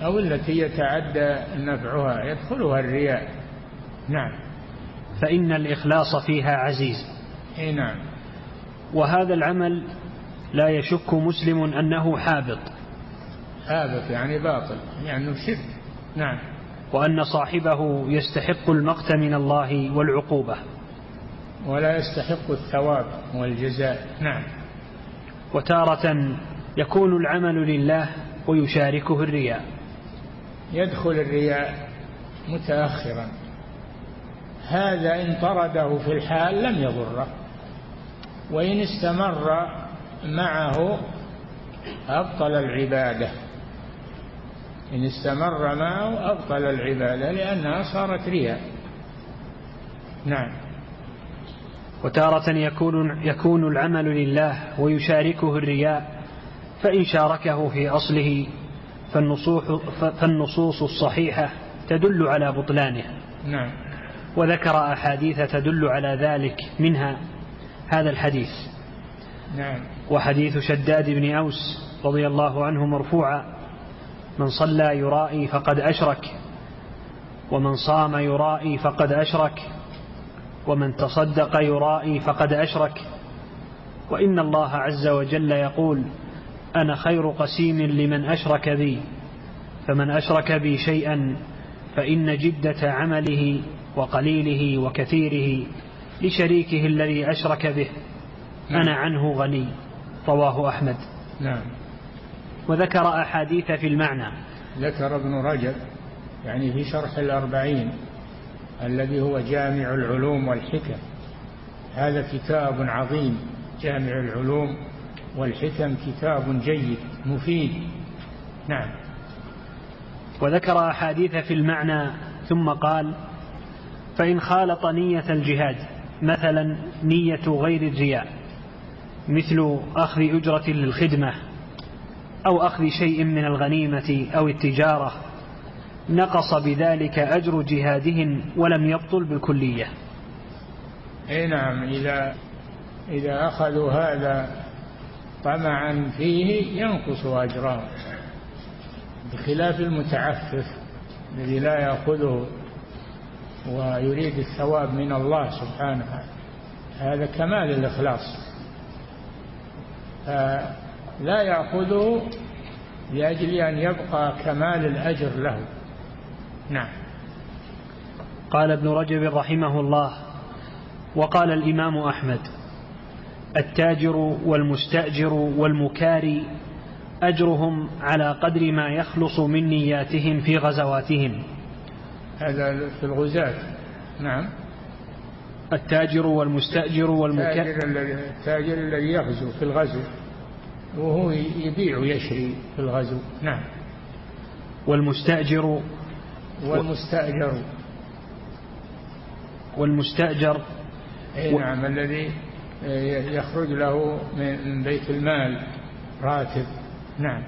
أو التي يتعدى نفعها يدخلها الرياء. نعم. فإن الإخلاص فيها عزيز. نعم. وهذا العمل لا يشك مسلم أنه حابط يعني باطل، يعني شرك. نعم. وأن صاحبه يستحق المقت من الله والعقوبة، ولا يستحق الثواب والجزاء. نعم. وتارة يكون العمل لله ويشاركه الرياء، يدخل الرياء متأخرا، هذا إن طرده في الحال لم يضره، وإن استمر معه أبطل العبادة. إن استمر معه أبطل العبادة لأنها صارت رياء. نعم. وتارة يكون العمل لله ويشاركه الرياء، فإن شاركه في أصله فالنصوص الصحيحة تدل على بطلانه. نعم. وذكر أحاديث تدل على ذلك، منها هذا الحديث. نعم. وحديث شداد بن أوس رضي الله عنه مرفوعا: من صلى يرائي فقد أشرك، ومن صام يرائي فقد أشرك، ومن تصدق يرائي فقد أشرك، وإن الله عز وجل يقول: أنا خير قسيم لمن أشرك بي، فمن أشرك بي شيئا فإن جدة عمله وقليله وكثيره لشريكه الذي أشرك به أنا عنه غني. رواه أحمد. نعم. وذكر أحاديث في المعنى. ذكر ابن رجب يعني في شرح الأربعين الذي هو جامع العلوم والحكم، هذا كتاب عظيم، جامع العلوم والحكم كتاب جيد مفيد. نعم. وذكر أحاديث في المعنى ثم قال: فإن خالط نية الجهاد، مثلا نية غير الرياء، مثل أخذ أجرة للخدمة أو أخذ شيء من الغنيمة أو التجارة، نقص بذلك أجر جهادهم ولم يبطل بالكلية. نعم. إذا أخذوا هذا طمعا فيه ينقص أجرهم، بخلاف المتعفف الذي لا يأخذه ويريد الثواب من الله سبحانه، هذا كمال الإخلاص، لا يأخذه لأجل أن يبقى كمال الأجر له. نعم. قال ابن رجب رحمه الله: وقال الإمام أحمد: التاجر والمستأجر والمكاري أجرهم على قدر ما يخلص من نياتهم في غزواتهم. هذا في الغزاة. نعم. التاجر والمستأجر والمكاري، التاجر الذي يغزو في الغزو وهو يبيع ويشري في الغزو. نعم. والمستأجر نعم. الذي يخرج له من بيت المال راتب. نعم.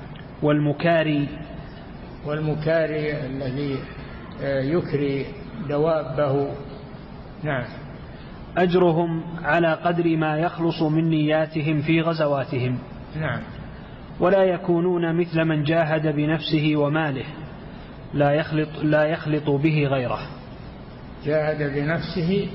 والمكاري الذي يكري دوابه. نعم. أجرهم على قدر ما يخلص من نياتهم في غزواتهم. نعم. ولا يكونون مثل من جاهد بنفسه وماله لا يخلط به غيره. جاهد بنفسه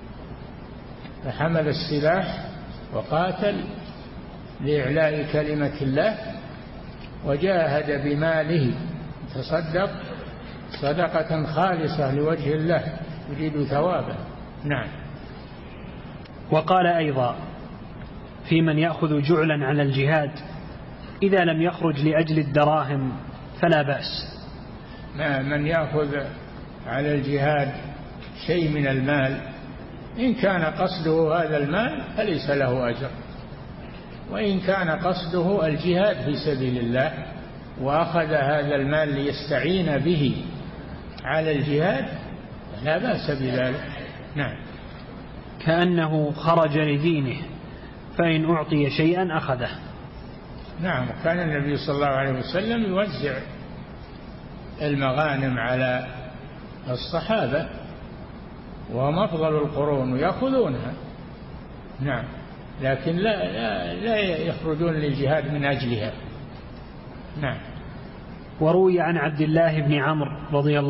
فحمل السلاح وقاتل لإعلاء كلمة الله، وجاهد بماله تصدق صدقة خالصة لوجه الله يريد ثوابه. نعم. وقال أيضا في من يأخذ جعلا على الجهاد: إذا لم يخرج لأجل الدراهم فلا بأس. من يأخذ على الجهاد شيء من المال إن كان قصده هذا المال فليس له أجر، وإن كان قصده الجهاد في سبيل الله وأخذ هذا المال ليستعين به على الجهاد لا بأس بذلك. نعم. كأنه خرج لدينه، فإن أعطي شيئا أخذه. نعم. كان النبي صلى الله عليه وسلم يوزع المغانم على الصحابة وهم أفضل القرون ويأخذونها. نعم. لكن لا يخرجون للجهاد من أجلها. نعم. وروي عن عبد الله بن عمرو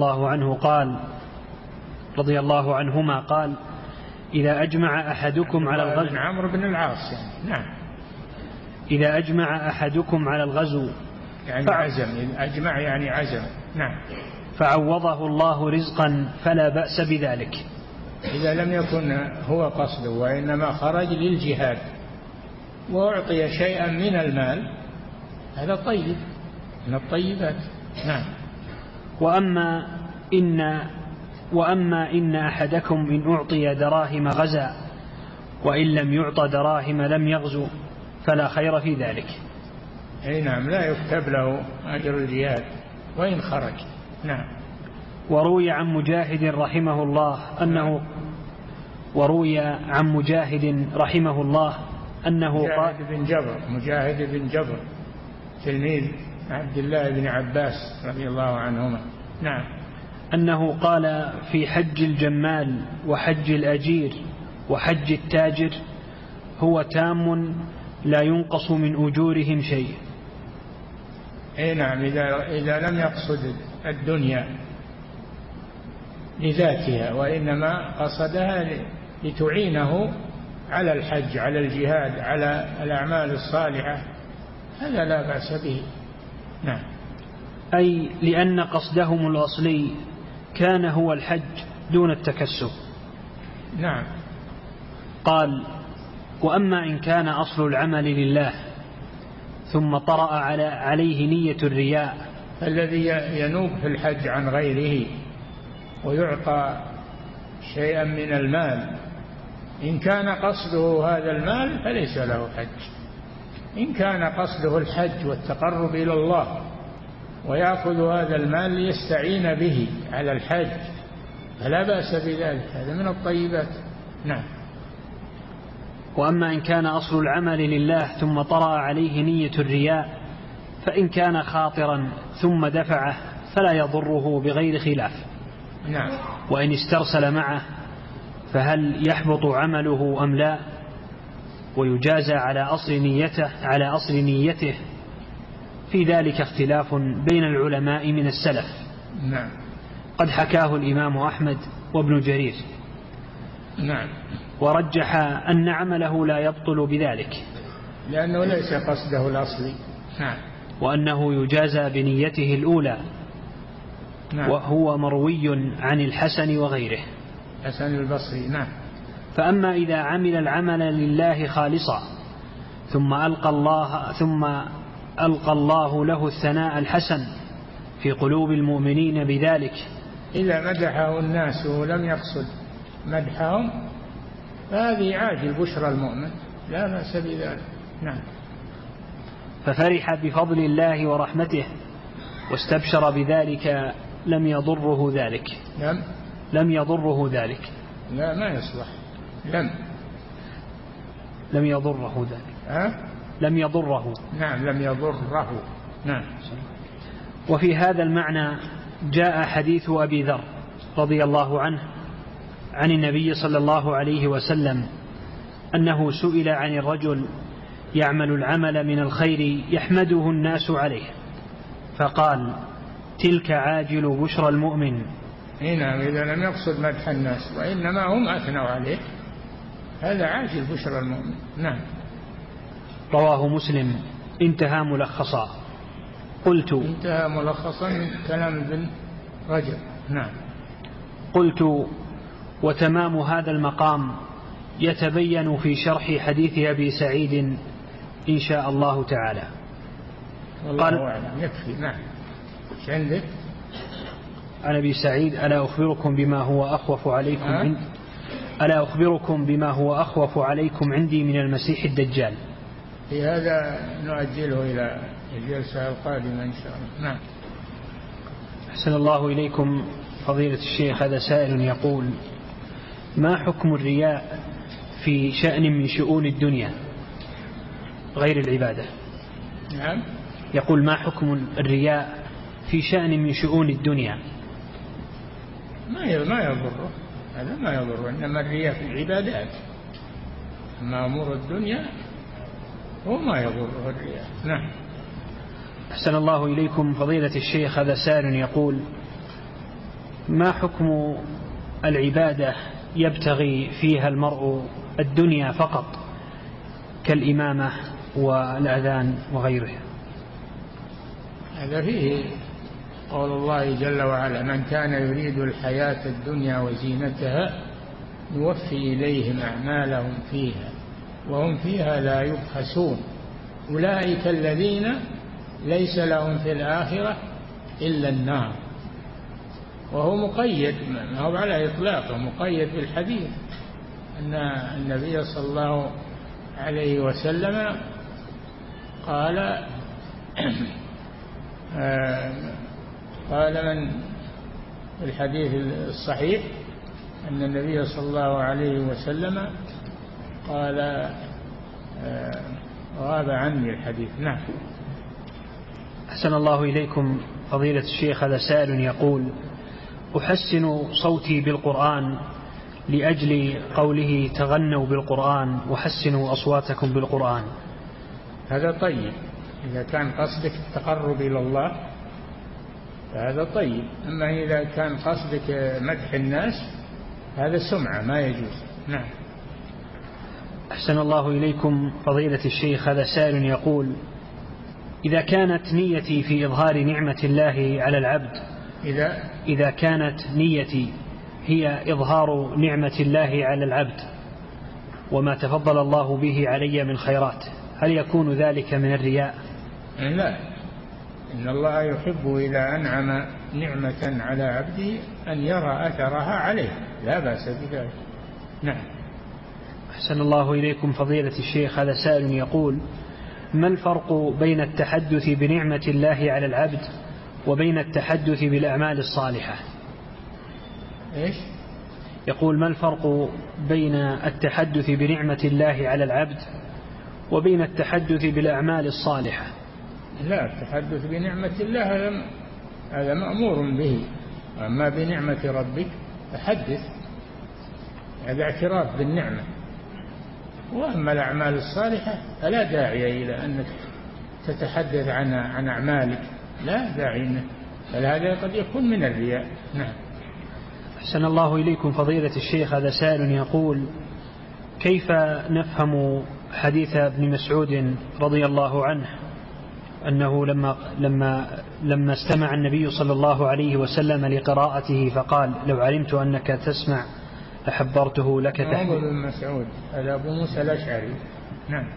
رضي الله عنهما قال إذا أجمع أحدكم على الغزو، بن عمرو بن العاص يعني. نعم. إذا أجمع أحدكم على الغزو يعني عزم، أجمع يعني عزم. نعم. فعوضه الله رزقا فلا بأس بذلك. إذا لم يكن هو قصده وإنما خرج للجهاد وأعطي شيئا من المال، هذا طيب من الطيبات. نعم. وأما إن أحدكم إن أعطي دراهم غزا وإن لم يعط دراهم لم يغزو فلا خير في ذلك. أي نعم، لا يكتب له أجر الجهاد وإن خرج. نعم. وروي عن مجاهد رحمه الله أنه قال مجاهد بن جبر تلميذ عبد الله بن عباس رضي الله عنهما. نعم. أنه قال في حج الجمال وحج الأجير وحج التاجر هو تام لا ينقص من أجورهم شيء. أي نعم، إذا لم يقصد الدنيا لذاتها وإنما قصدها لتعينه على الحج، على الجهاد، على الأعمال الصالحة، هذا لا بأس به. نعم. أي لأن قصدهم الأصلي كان هو الحج دون التكسب. نعم. قال وأما إن كان أصل العمل لله ثم طرأ عليه نية الرياء، الذي ينوب في الحج عن غيره ويعطى شيئا من المال، إن كان قصده هذا المال فليس له حج. إن كان قصده الحج والتقرب إلى الله ويأخذ هذا المال ليستعين به على الحج فلا بأس بذلك، هذا من الطيبات. نعم. وأما إن كان أصل العمل لله ثم طرأ عليه نية الرياء فإن كان خاطرا ثم دفعه فلا يضره بغير خلاف. نعم. وإن استرسل معه فهل يحبط عمله أم لا، ويجازى على أصل نيته في ذلك اختلاف بين العلماء من السلف. نعم. قد حكاه الإمام أحمد وابن جرير. نعم. ورجح أن عمله لا يبطل بذلك لأنه ليس قصده الأصلي. نعم. وأنه يجازى بنيته الأولى. نعم. وهو مروي عن الحسن وغيره. حسن البصري. نعم. فأما إذا عمل العمل لله خالصا ثم ألقى الله له الثناء الحسن في قلوب المؤمنين بذلك، إذا مدحه الناس ولم يقصد مدحهم فهذه عاجل بشرى المؤمن، لا بأس بذلك. نعم. ففرح بفضل الله ورحمته واستبشر بذلك لم يضره ذلك. لم يضره ذلك. لا، ما يصلح. لم يضره ذلك. لم يضره. نعم، لم يضره. نعم. وفي هذا المعنى جاء حديث أبي ذر رضي الله عنه عن النبي صلى الله عليه وسلم أنه سئل عن الرجل يعمل العمل من الخير يحمده الناس عليه فقال تلك عاجل بشرى المؤمن. نعم، إذا لم يقصد مدح الناس وإنما هم أثنوا عليه هذا عاجل بشرى المؤمن. نعم. رواه مسلم. انتهى ملخصا. انتهى ملخصا من كلام ابن رجب. نعم. قلت وتمام هذا المقام يتبين في شرح حديث أبي سعيد إن شاء الله تعالى. قال يكفي. نعم. ايش عندك عن أبي سعيد ألا أخبركم بما هو أخوف عليكم عندي من المسيح الدجال. في هذا نؤجله إلى الجلسة القادمة إن شاء الله. نعم. أحسن الله إليكم فضيلة الشيخ. هذا سائل يقول ما حكم الرياء في شأن من شؤون الدنيا غير العبادة؟ نعم. يقول ما حكم الرياء في شأن من شؤون الدنيا؟ ما يضره، هذا ما يضره، إنما الرياء في العبادات، أما أمور الدنيا هو ما يضره الرياء. نعم. أحسن الله إليكم فضيلة الشيخ. هذا سائل يقول: ما حكم العبادة يبتغي فيها المرء الدنيا فقط كالإمامة والأذان وغيره؟ هذا فيه قول الله جل وعلا: من كان يريد الحياة الدنيا وزينتها نوفي إليهم أعمالهم فيها وهم فيها لا يبخسون أولئك الذين ليس لهم في الآخرة إلا النار. وهو مقيد، ما هو على إطلاقه، مقيد بالحديث أن النبي صلى الله عليه وسلم قال من في الحديث الصحيح أن النبي صلى الله عليه وسلم قال غاب عني الحديث. نعم. أحسن الله إليكم فضيلة الشيخ. هذا سائل يقول: أحسن صوتي بالقرآن لأجل قوله تغنوا بالقرآن وحسنوا أصواتكم بالقرآن. هذا طيب، إذا كان قصدك التقرب إلى الله فهذا طيب. أما إذا كان قصدك مدح الناس هذا سمعة ما يجوز. نعم. أحسن الله إليكم فضيلة الشيخ. هذا سائل يقول: إذا كانت نيتي في إظهار نعمة الله على العبد إذا كانت نيتي هي إظهار نعمة الله على العبد وما تفضل الله به علي من خيرات، هل يكون ذلك من الرياء؟ لا، إن الله يحب إذا أنعم نعمة على عبده أن يرى أثرها عليه، لا بأس بذلك. نعم. أحسن الله إليكم فضيلة الشيخ. هذا سائل يقول: ما الفرق بين التحدث بنعمة الله على العبد وبين التحدث بالأعمال الصالحة؟ إيش؟ يقول: ما الفرق بين التحدث بنعمة الله على العبد وبين التحدث بالأعمال الصالحة؟ لا، التحدث بنعمة الله هذا مأمور به، أما بنعمة ربك فحدث، هذا اعتراف بالنعمة. وأما الأعمال الصالحة فلا داعي إلى أنك تتحدث عن أعمالك، لا داعي، بل هذا قد يكون من الرياء. نعم. أحسن الله إليكم فضيلة الشيخ. هذا سائل يقول: كيف نفهم حديث ابن مسعود رضي الله عنه أنه لما استمع النبي صلى الله عليه وسلم لقراءته فقال: لو علمت أنك تسمع لحبرته لك تحبيرا. ابن مسعود هذا أبو موسى الأشعري. نعم.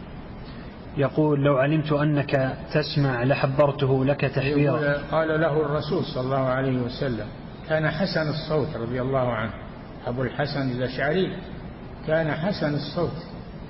يقول: لو علمت أنك تسمع لحبرته لك تحبيرا. قال له الرسول صلى الله عليه وسلم، كان حسن الصوت رضي الله عنه، أبو الحسن الأشعري كان حسن الصوت،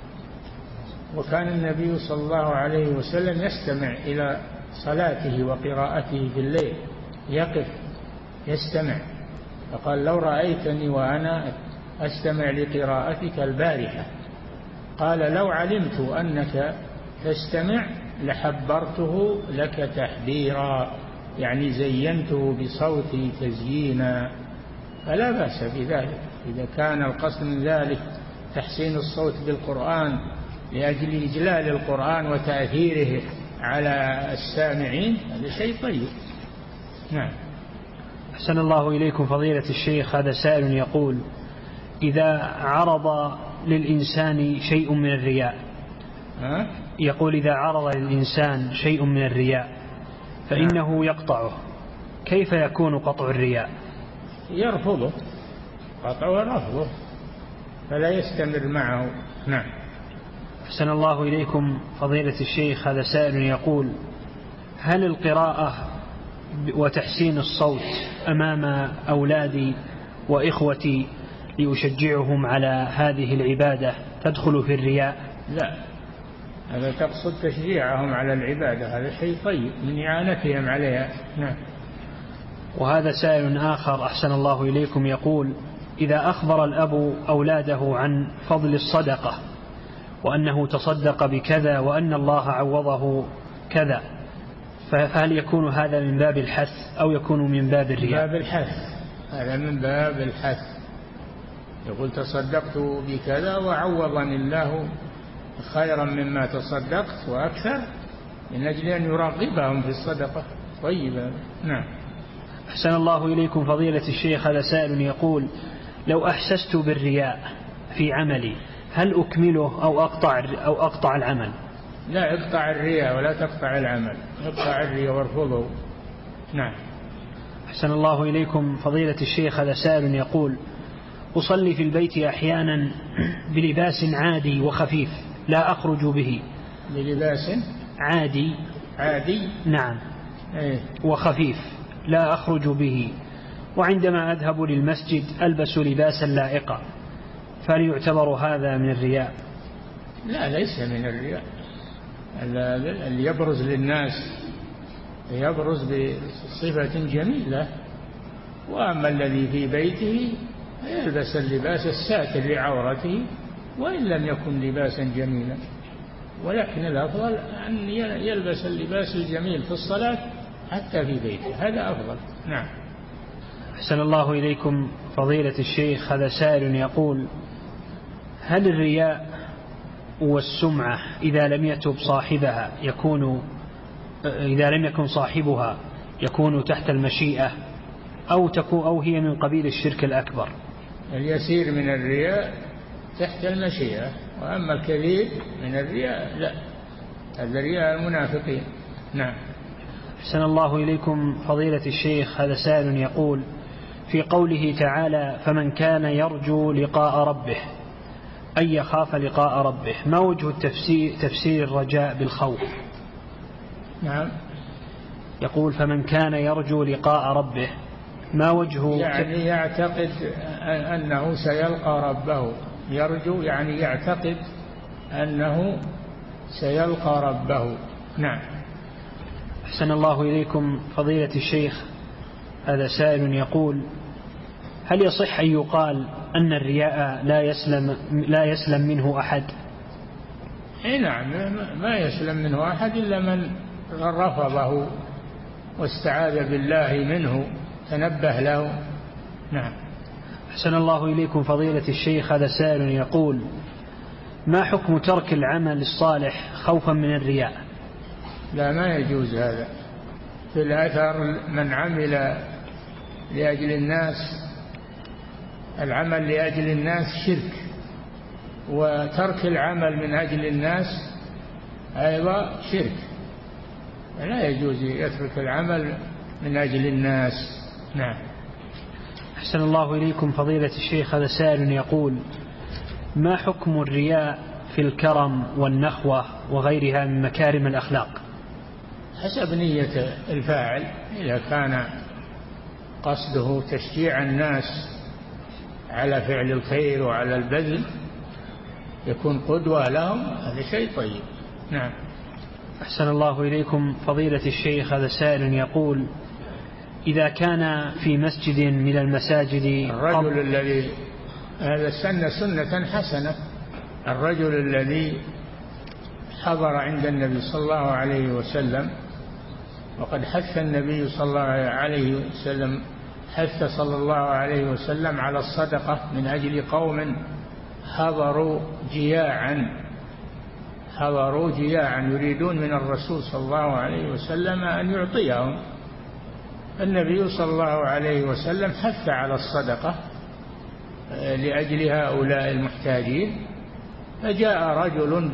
وكان النبي صلى الله عليه وسلم يستمع إلى صلاته وقراءته في الليل، يقف يستمع، فقال: لو رأيتني وأنا أستمع لقراءتك البارحة، قال: لو علمت أنك تستمع لحبرته لك تحبيرا، يعني زينته بصوتي تزيينا، فلا بأس بذلك. إذا كان القصد من ذلك تحسين الصوت بالقرآن لأجل إجلال القرآن وتأثيره على السامعين هذا شيء طيب. نعم. أحسن الله إليكم فضيلة الشيخ. هذا سائل يقول: إذا عرض للإنسان شيء من الرياء، يقول: إذا عرض للإنسان شيء من الرياء فإنه يقطعه، كيف يكون قطع الرياء؟ يرفضه، قطعه رفضه، فلا يستمر معه. نعم. أحسن الله إليكم فضيلة الشيخ. هذا سائل يقول: هل القراءة وتحسين الصوت أمام أولادي وإخوتي لأشجعهم على هذه العبادة تدخل في الرياء؟ لا، هذا تقصد تشجيعهم على العبادة، هذا شيء طيب من إعانتهم عليها. نعم. وهذا سائل آخر أحسن الله إليكم يقول: إذا أخبر الأب أولاده عن فضل الصدقة وأنه تصدق بكذا وأن الله عوضه كذا، فهل يكون هذا من باب الحث أو يكون من باب الرياء؟ باب الحث، هذا من باب الحث، يقول تصدقت بكذا وعوضني الله خيرا مما تصدقت وأكثر، من أجل أن يراغبهم في الصدقة طيبة. نعم. أحسن الله إليكم فضيلة الشيخ. هذا سائل يقول: لو أحسست بالرياء في عملي هل أكمله أو أقطع العمل؟ لا، اقطع الرياء ولا تقطع العمل، اقطع الرياء وارفضه. نعم. أحسن الله إليكم فضيلة الشيخ. هذا سائل يقول: أصلي في البيت أحيانا بلباس عادي وخفيف لا أخرج به. بلباس عادي نعم وخفيف لا أخرج به، وعندما أذهب للمسجد ألبس لباسا لائقا، فليعتبر هذا من الرياء؟ لا، ليس من الرياء. اللي يبرز للناس يبرز بصفة جميلة، وأما الذي في بيته يلبس اللباس الساتر لعورته وإن لم يكن لباسا جميلا، ولكن الأفضل أن يلبس اللباس الجميل في الصلاة حتى في بيته، هذا أفضل. نعم. أحسن الله إليكم فضيلة الشيخ. هذا سائل يقول: هل الرياء والسمعة إذا لم يتب صاحبها إذا لم يكن صاحبها يكون تحت المشيئة أو هي من قبيل الشرك الأكبر؟ اليسير من الرياء تحت المشيئة، وأما الكبير من الرياء لا، هذا رياء المنافقين. نعم. أحسن الله إليكم فضيلة الشيخ. هذا سائل يقول: في قوله تعالى: فمن كان يرجو لقاء ربه أي يخاف لقاء ربه، ما وجه تفسير الرجاء بالخوف؟ نعم. يقول: فمن كان يرجو لقاء ربه ما وجه؟ يعني يعتقد أنه سيلقى ربه. يرجو يعني يعتقد أنه سيلقى ربه. نعم. أحسن الله إليكم فضيلة الشيخ. هذا سائل يقول: هل يصح أن يقال أن الرياء لا يسلم منه أحد؟ نعم، ما يسلم منه أحد إلا من رفضه واستعاذ بالله منه، تنبه له. نعم. أحسن الله إليكم فضيلة الشيخ. هذا سائل يقول: ما حكم ترك العمل الصالح خوفا من الرياء؟ لا، ما يجوز هذا. في الأثر: من عمل لأجل الناس، العمل لأجل الناس شرك، وترك العمل من أجل الناس أيضا شرك، لا يجوز يترك العمل من أجل الناس. نعم. أحسن الله إليكم فضيلة الشيخ. هذا سائل يقول: ما حكم الرياء في الكرم والنخوة وغيرها من مكارم الأخلاق؟ حسب نية الفاعل، إذا كان قصده تشجيع الناس على فعل الخير وعلى البذل يكون قدوة لهم، هذا شيء طيب. نعم. أحسن الله إليكم فضيلة الشيخ. هذا سائل يقول: إذا كان في مسجد من المساجد الرجل الذي هذا سنة حسنة، الرجل الذي حضر عند النبي صلى الله عليه وسلم، وقد حث النبي صلى الله عليه وسلم صلى الله عليه وسلم على الصدقة من أجل قوم حضروا جياعا يريدون من الرسول صلى الله عليه وسلم أن يعطيهم. النبي صلى الله عليه وسلم حث على الصدقة لأجل هؤلاء المحتاجين، فجاء رجل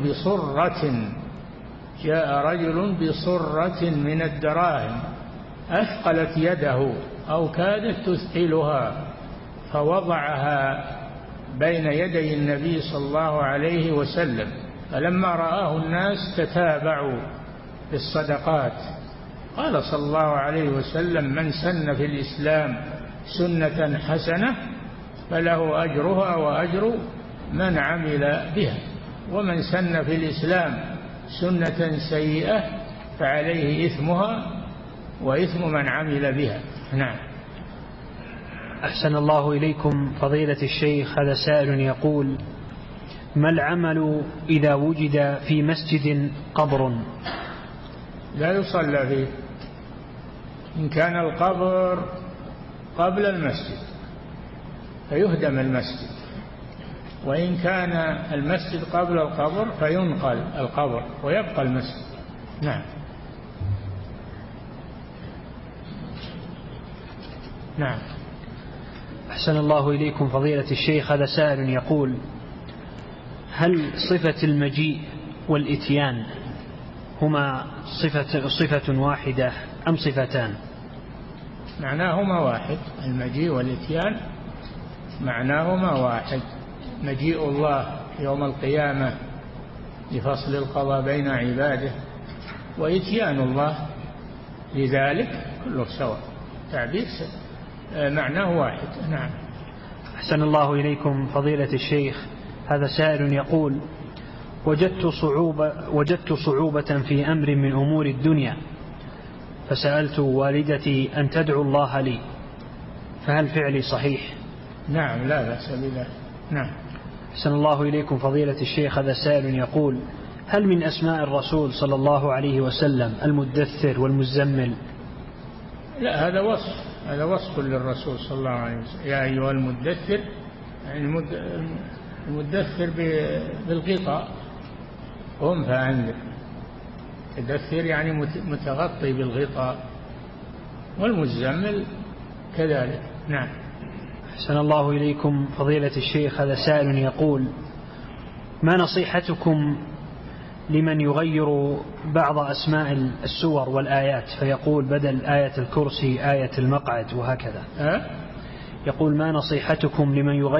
بصرة من الدراهم أثقلت يده أو كادت تثقلها، فوضعها بين يدي النبي صلى الله عليه وسلم، فلما رآه الناس تتابعوا بالصدقات. قال صلى الله عليه وسلم: من سن في الإسلام سنة حسنة فله أجرها وأجر من عمل بها، ومن سن في الإسلام سنة سيئة فعليه إثمها وإثم من عمل بها. نعم. أحسن الله إليكم فضيلة الشيخ. هذا سائل يقول: ما العمل إذا وجد في مسجد قبر؟ لا يصلى فيه إن كان القبر قبل المسجد فيهدم المسجد، وإن كان المسجد قبل القبر فينقل القبر ويبقى المسجد. نعم. نعم. أحسن الله إليكم فضيلة الشيخ. هذا سائل يقول: هل صفة المجيء والإتيان هما صفة واحدة أم صفتان؟ معناهما واحد. المجيء والإتيان معناهما واحد. مجيء الله يوم القيامة لفصل القضاء بين عباده، وإتيان الله لذلك كله سواء، تعبير معناه واحد. نعم. أحسن الله إليكم فضيلة الشيخ. هذا سائل يقول: وجدت صعوبة في أمر من أمور الدنيا، فسألت والدتي أن تدعو الله لي، فهل فعلي صحيح؟ نعم، لا بأس بذلك. نعم. أحسن الله إليكم فضيلة الشيخ. هذا سائل يقول: هل من أسماء الرسول صلى الله عليه وسلم المدثر والمزمل؟ لا، هذا وصف للرسول صلى الله عليه وسلم. يا أيها المدثر، يعني المدثر بالغطاء، قم فأنذر. مدثر يعني متغطي بالغطاء، والمزمل كذلك. نعم. أحسن الله إليكم فضيلة الشيخ. هذا سائل يقول: ما نصيحتكم لمن يغير بعض أسماء السور والآيات، فيقول بدل آية الكرسي آية المقعد وهكذا؟ يقول: ما نصيحتكم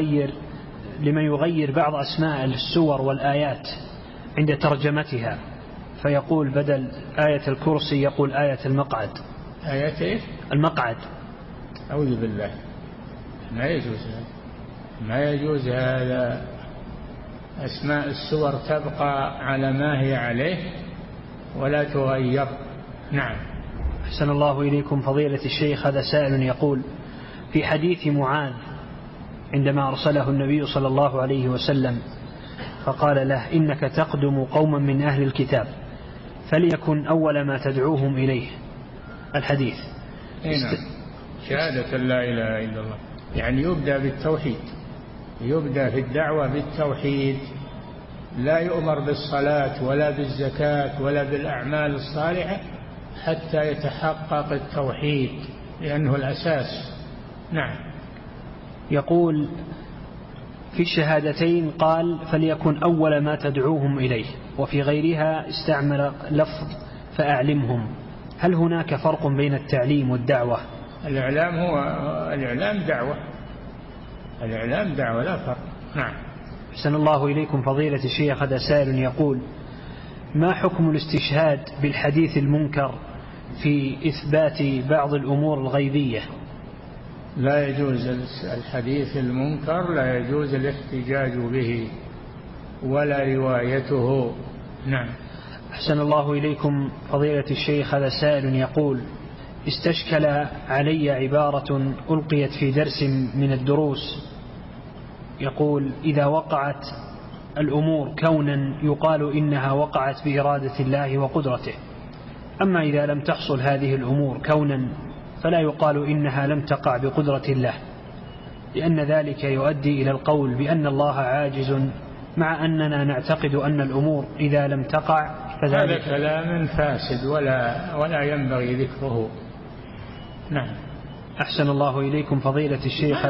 لمن يغير بعض أسماء السور والآيات عند ترجمتها، فيقول بدل آية الكرسي يقول آية المقعد؟ آية إيه؟ المقعد. أعوذ بالله، ما يجوز هذا، ما يجوز هذا. أسماء السور تبقى على ما هي عليه ولا تغير. نعم. أحسن الله إليكم فضيلة الشيخ. هذا سائل يقول: في حديث معاذ عندما أرسله النبي صلى الله عليه وسلم فقال له: إنك تقدم قوما من أهل الكتاب فليكن أول ما تدعوهم إليه، الحديث. نعم. شهادة لا إله إلا الله، يعني يبدأ بالتوحيد، يبدأ في الدعوة بالتوحيد، لا يؤمر بالصلاة ولا بالزكاة ولا بالأعمال الصالحة حتى يتحقق التوحيد، لأنه الأساس. نعم. يقول: في الشهادتين قال فليكن أول ما تدعوهم إليه، وفي غيرها استعمل لفظ فأعلمهم. هل هناك فرق بين التعليم والدعوة؟ الإعلام دعوة، الإعلام دعوة، لا فرق. نعم. أحسن الله إليكم فضيلة الشيخ. هذا سائل يقول: ما حكم الاستشهاد بالحديث المنكر في إثبات بعض الأمور الغيبية؟ لا يجوز الحديث المنكر، لا يجوز الاحتجاج به ولا روايته. نعم. أحسن الله إليكم فضيلة الشيخ. هذا سائل يقول: استشكل علي عبارة ألقيت في درس من الدروس، يقول: إذا وقعت الأمور كونا يقال إنها وقعت بإرادة الله وقدرته، أما إذا لم تحصل هذه الأمور كونا فلا يقال إنها لم تقع بقدرة الله، لأن ذلك يؤدي إلى القول بأن الله عاجز، مع أننا نعتقد أن الأمور إذا لم تقع هذا كلام فاسد ولا ينبغي ذكره. نعم. أحسن الله إليكم فضيلة الشيخ.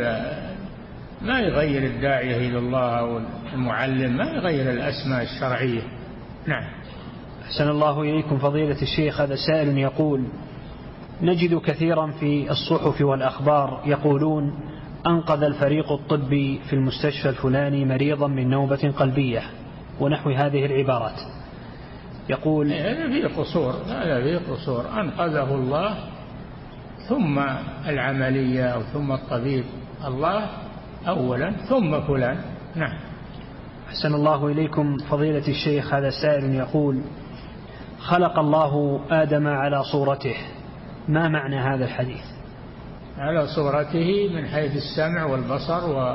ما يغير الداعية إلى الله والمعلم، ما يغير الأسماء الشرعية. نعم. أحسن الله إليكم فضيلة الشيخ. هذا سائل يقول: نجد كثيرا في الصحف والأخبار يقولون أنقذ الفريق الطبي في المستشفى الفلاني مريضا من نوبة قلبية ونحو هذه العبارات. يقول: هذا فيه قصور، أنقذه الله ثم العملية أو ثم الطبيب، الله أولا ثم فلان. نعم. أحسن الله إليكم فضيلة الشيخ. هذا سائل يقول: خلق الله آدم على صورته، ما معنى هذا الحديث؟ على صورته من حيث السمع والبصر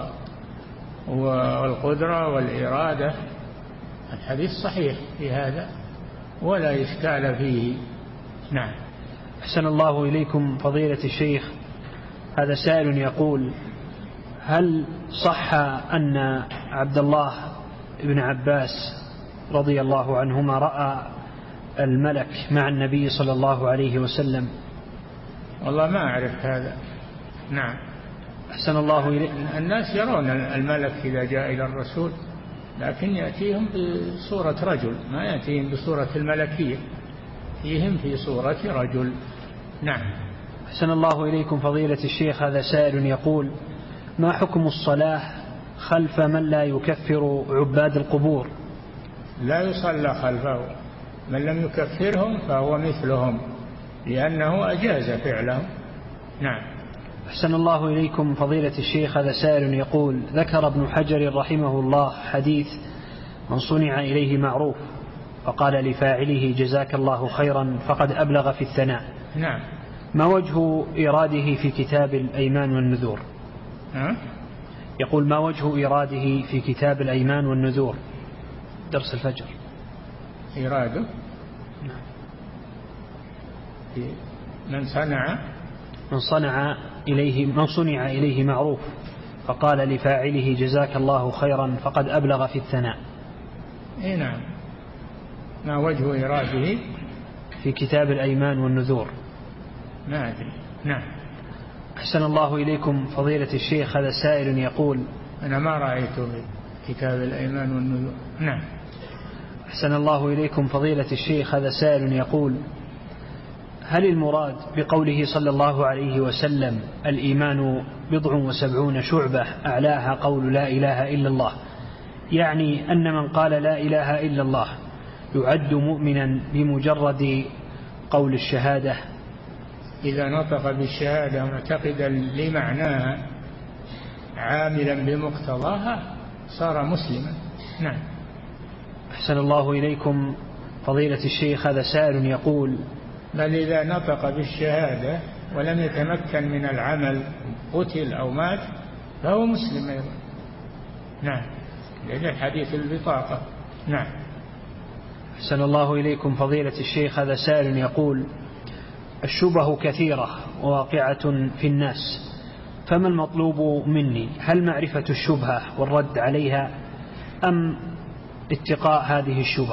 والقدرة والإرادة. الحديث صحيح في هذا ولا إشكال فيه. نعم. أحسن الله إليكم فضيلة الشيخ. هذا سائل يقول: هل صح أن عبد الله بن عباس رضي الله عنهما رأى الملك مع النبي صلى الله عليه وسلم؟ والله ما أعرف هذا، نعم. أحسن الله إليك. الناس يرون الملك إذا جاء إلى الرسول، لكن يأتيهم بصورة رجل، ما يأتيهم بصورة الملكية، يأتيهم في صورة رجل. نعم. أحسن الله إليكم فضيلة الشيخ. هذا سائل يقول: ما حكم الصلاة خلف من لا يكفر عباد القبور؟ لا يصلى خلفه، من لم يكفرهم فهو مثلهم، لأنه أجاز فعلهم. نعم. أحسن الله إليكم فضيلة الشيخ. هذا سائل يقول: ذكر ابن حجر رحمه الله حديث من صنع إليه معروف فقال لفاعله جزاك الله خيرا فقد أبلغ في الثناء. نعم. ما وجه إراده في كتاب الأيمان والنذور؟ يقول: ما وجه إراده في كتاب الأيمان والنذور درس الفجر؟ إراده من صنع إليه معروف فقال لفاعله جزاك الله خيرا فقد أبلغ في الثناء. نعم. ما وجه إراده في كتاب الأيمان والنذور؟ ما أدري. نعم. أحسن الله إليكم فضيلة الشيخ. هذا سائل يقول: أنا ما رأيته في كتاب الأيمان والنذور. نعم. أحسن الله إليكم فضيلة الشيخ. هذا سائل يقول: هل المراد بقوله صلى الله عليه وسلم الإيمان 70 شعبة أعلاها قول لا إله إلا الله، يعني أن من قال لا إله إلا الله يعد مؤمنا بمجرد قول الشهادة؟ إذا نطق بالشهادة معتقدا لمعناها عاملا بمقتضاها صار مسلما. نعم. أحسن الله إليكم فضيلة الشيخ. هذا سائل يقول: بل إذا نطق بالشهادة ولم يتمكن من العمل، قتل أو مات، فهو مسلم أيضا. نعم. لأجل حديث البطاقة. نعم. أحسن الله إليكم فضيلة الشيخ. هذا سائل يقول: الشبه كثيرة وواقعة في الناس، فما المطلوب مني؟ هل معرفة الشبهة والرد عليها أم اتقاء هذه الشبهة؟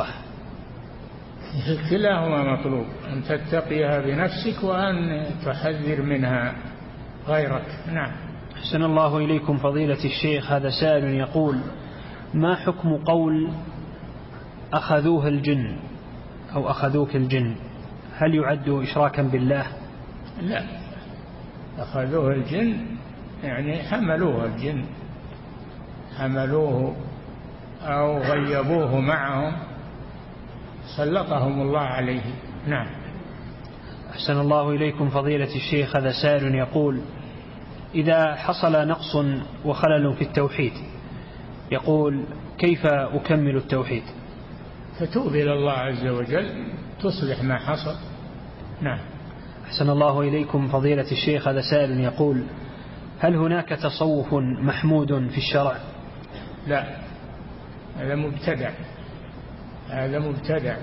كلاهما مطلوب، أن تتقيها بنفسك وأن تحذر منها غيرك. نعم. أحسن الله إليكم فضيلة الشيخ. هذا سائل يقول: ما حكم قول أخذوه الجن أو أخذوك الجن؟ هل يعد إشراكا بالله؟ لا، أخذوه الجن يعني حملوه الجن، حملوه أو غيبوه معهم، سلطهم الله عليه. نعم. أحسن الله إليكم فضيلة الشيخ. هذا سائل يقول: إذا حصل نقص وخلل في التوحيد، يقول: كيف أكمل التوحيد؟ فتوب إلى الله عز وجل تصلح ما حصل. نعم. أحسن الله إليكم فضيلة الشيخ. هذا سائل يقول: هل هناك تصوف محمود في الشرع؟ لا، هذا مبتدع، هذا مبتدع.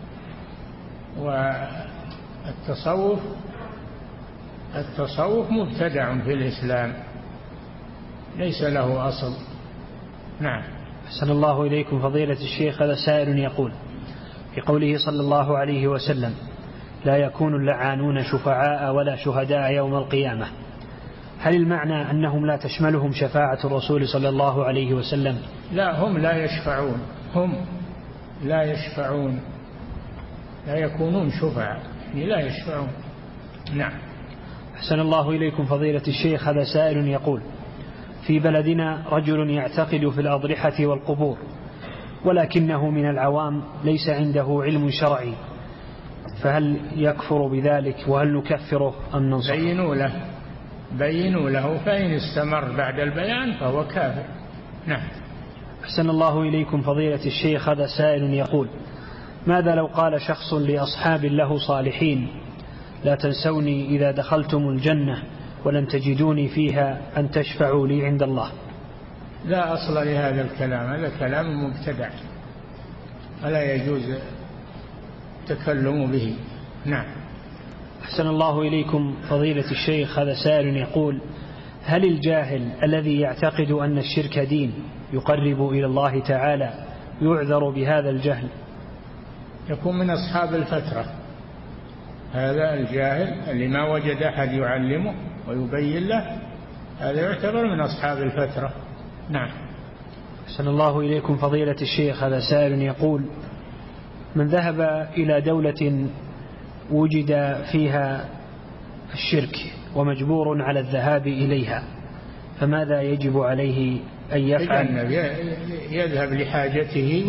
والتصوف مبتدع في الإسلام، ليس له أصل. نعم. أحسن الله إليكم فضيلة الشيخ. هذا سائل يقول: في قوله صلى الله عليه وسلم لا يكون اللعانون شفعاء ولا شهداء يوم القيامة، هل المعنى أنهم لا تشملهم شفاعة الرسول صلى الله عليه وسلم؟ لا، هم لا يشفعون، هم لا يشفعون، لا يكونون شفعاء، لا يشفعون. نعم. أحسن الله إليكم فضيلة الشيخ. هذا سائل يقول: في بلدنا رجل يعتقد في الأضرحة والقبور، ولكنه من العوام ليس عنده علم شرعي، فهل يكفر بذلك وهل نكفره أم ننصحه؟ بينوا له، فإن استمر بعد البيان فهو كافر. نعم. أحسن الله إليكم فضيلة الشيخ. هذا سائل يقول: ماذا لو قال شخص لأصحاب له صالحين لا تنسوني إذا دخلتم الجنة ولم تجدوني فيها أن تشفعوا لي عند الله؟ لا أصل لهذا الكلام، هذا كلام مبتدع ولا يجوز التكلم به. نعم. أحسن الله إليكم فضيلة الشيخ. هذا سائل يقول: هل الجاهل الذي يعتقد أن الشرك دين يقرب إلى الله تعالى يعذر بهذا الجهل؟ يكون من أصحاب الفترة، هذا الجاهل اللي ما وجد أحد يعلمه ويبين له، هذا يعتبر من أصحاب الفترة. نعم. أحسن الله إليكم فضيلة الشيخ. هذا سائل يقول: من ذهب إلى دولة وجد فيها الشرك ومجبور على الذهاب إليها، فماذا يجب عليه أن يفعل؟ يذهب لحاجته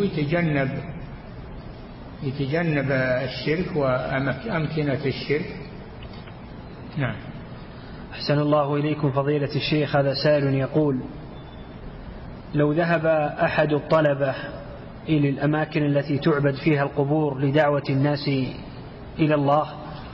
ويتجنب الشرك وأمكنة الشرك. نعم. أحسن الله إليكم فضيلة الشيخ. هذا سائل يقول: لو ذهب أحد الطلبة إلى الأماكن التي تعبد فيها القبور لدعوة الناس إلى الله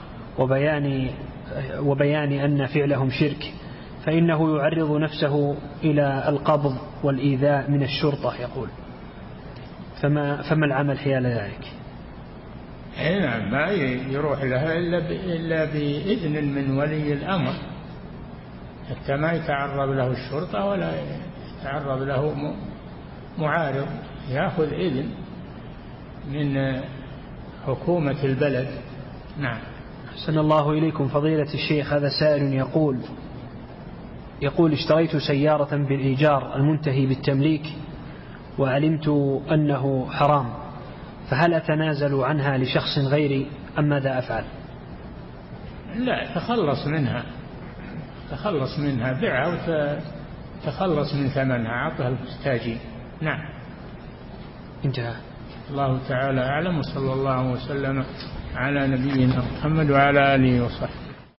وبيان أن فعلهم شرك، فإنه يعرض نفسه إلى القبض والإيذاء من الشرطة يقول، فما العمل حيال ذلك؟ نعم، ما يروح لها إلا بإذن من ولي الأمر، حتى ما يتعرض له الشرطة ولا يتعرض له معارض، يأخذ إذن من حكومة البلد. نعم. أحسن الله إليكم فضيلة الشيخ. هذا سائل يقول: اشتريت سيارة بالإيجار المنتهي بالتمليك وعلمت أنه حرام، فهل أتنازل عنها لشخص غيري أم ماذا أفعل؟ لا، تخلص منها، بيعها وتخلص من ثمنها، أعطها المستاجر. نعم. انتهى. الله تعالى أعلم، وصلى الله وسلم على نبينا محمد وعلى آله وصحبه.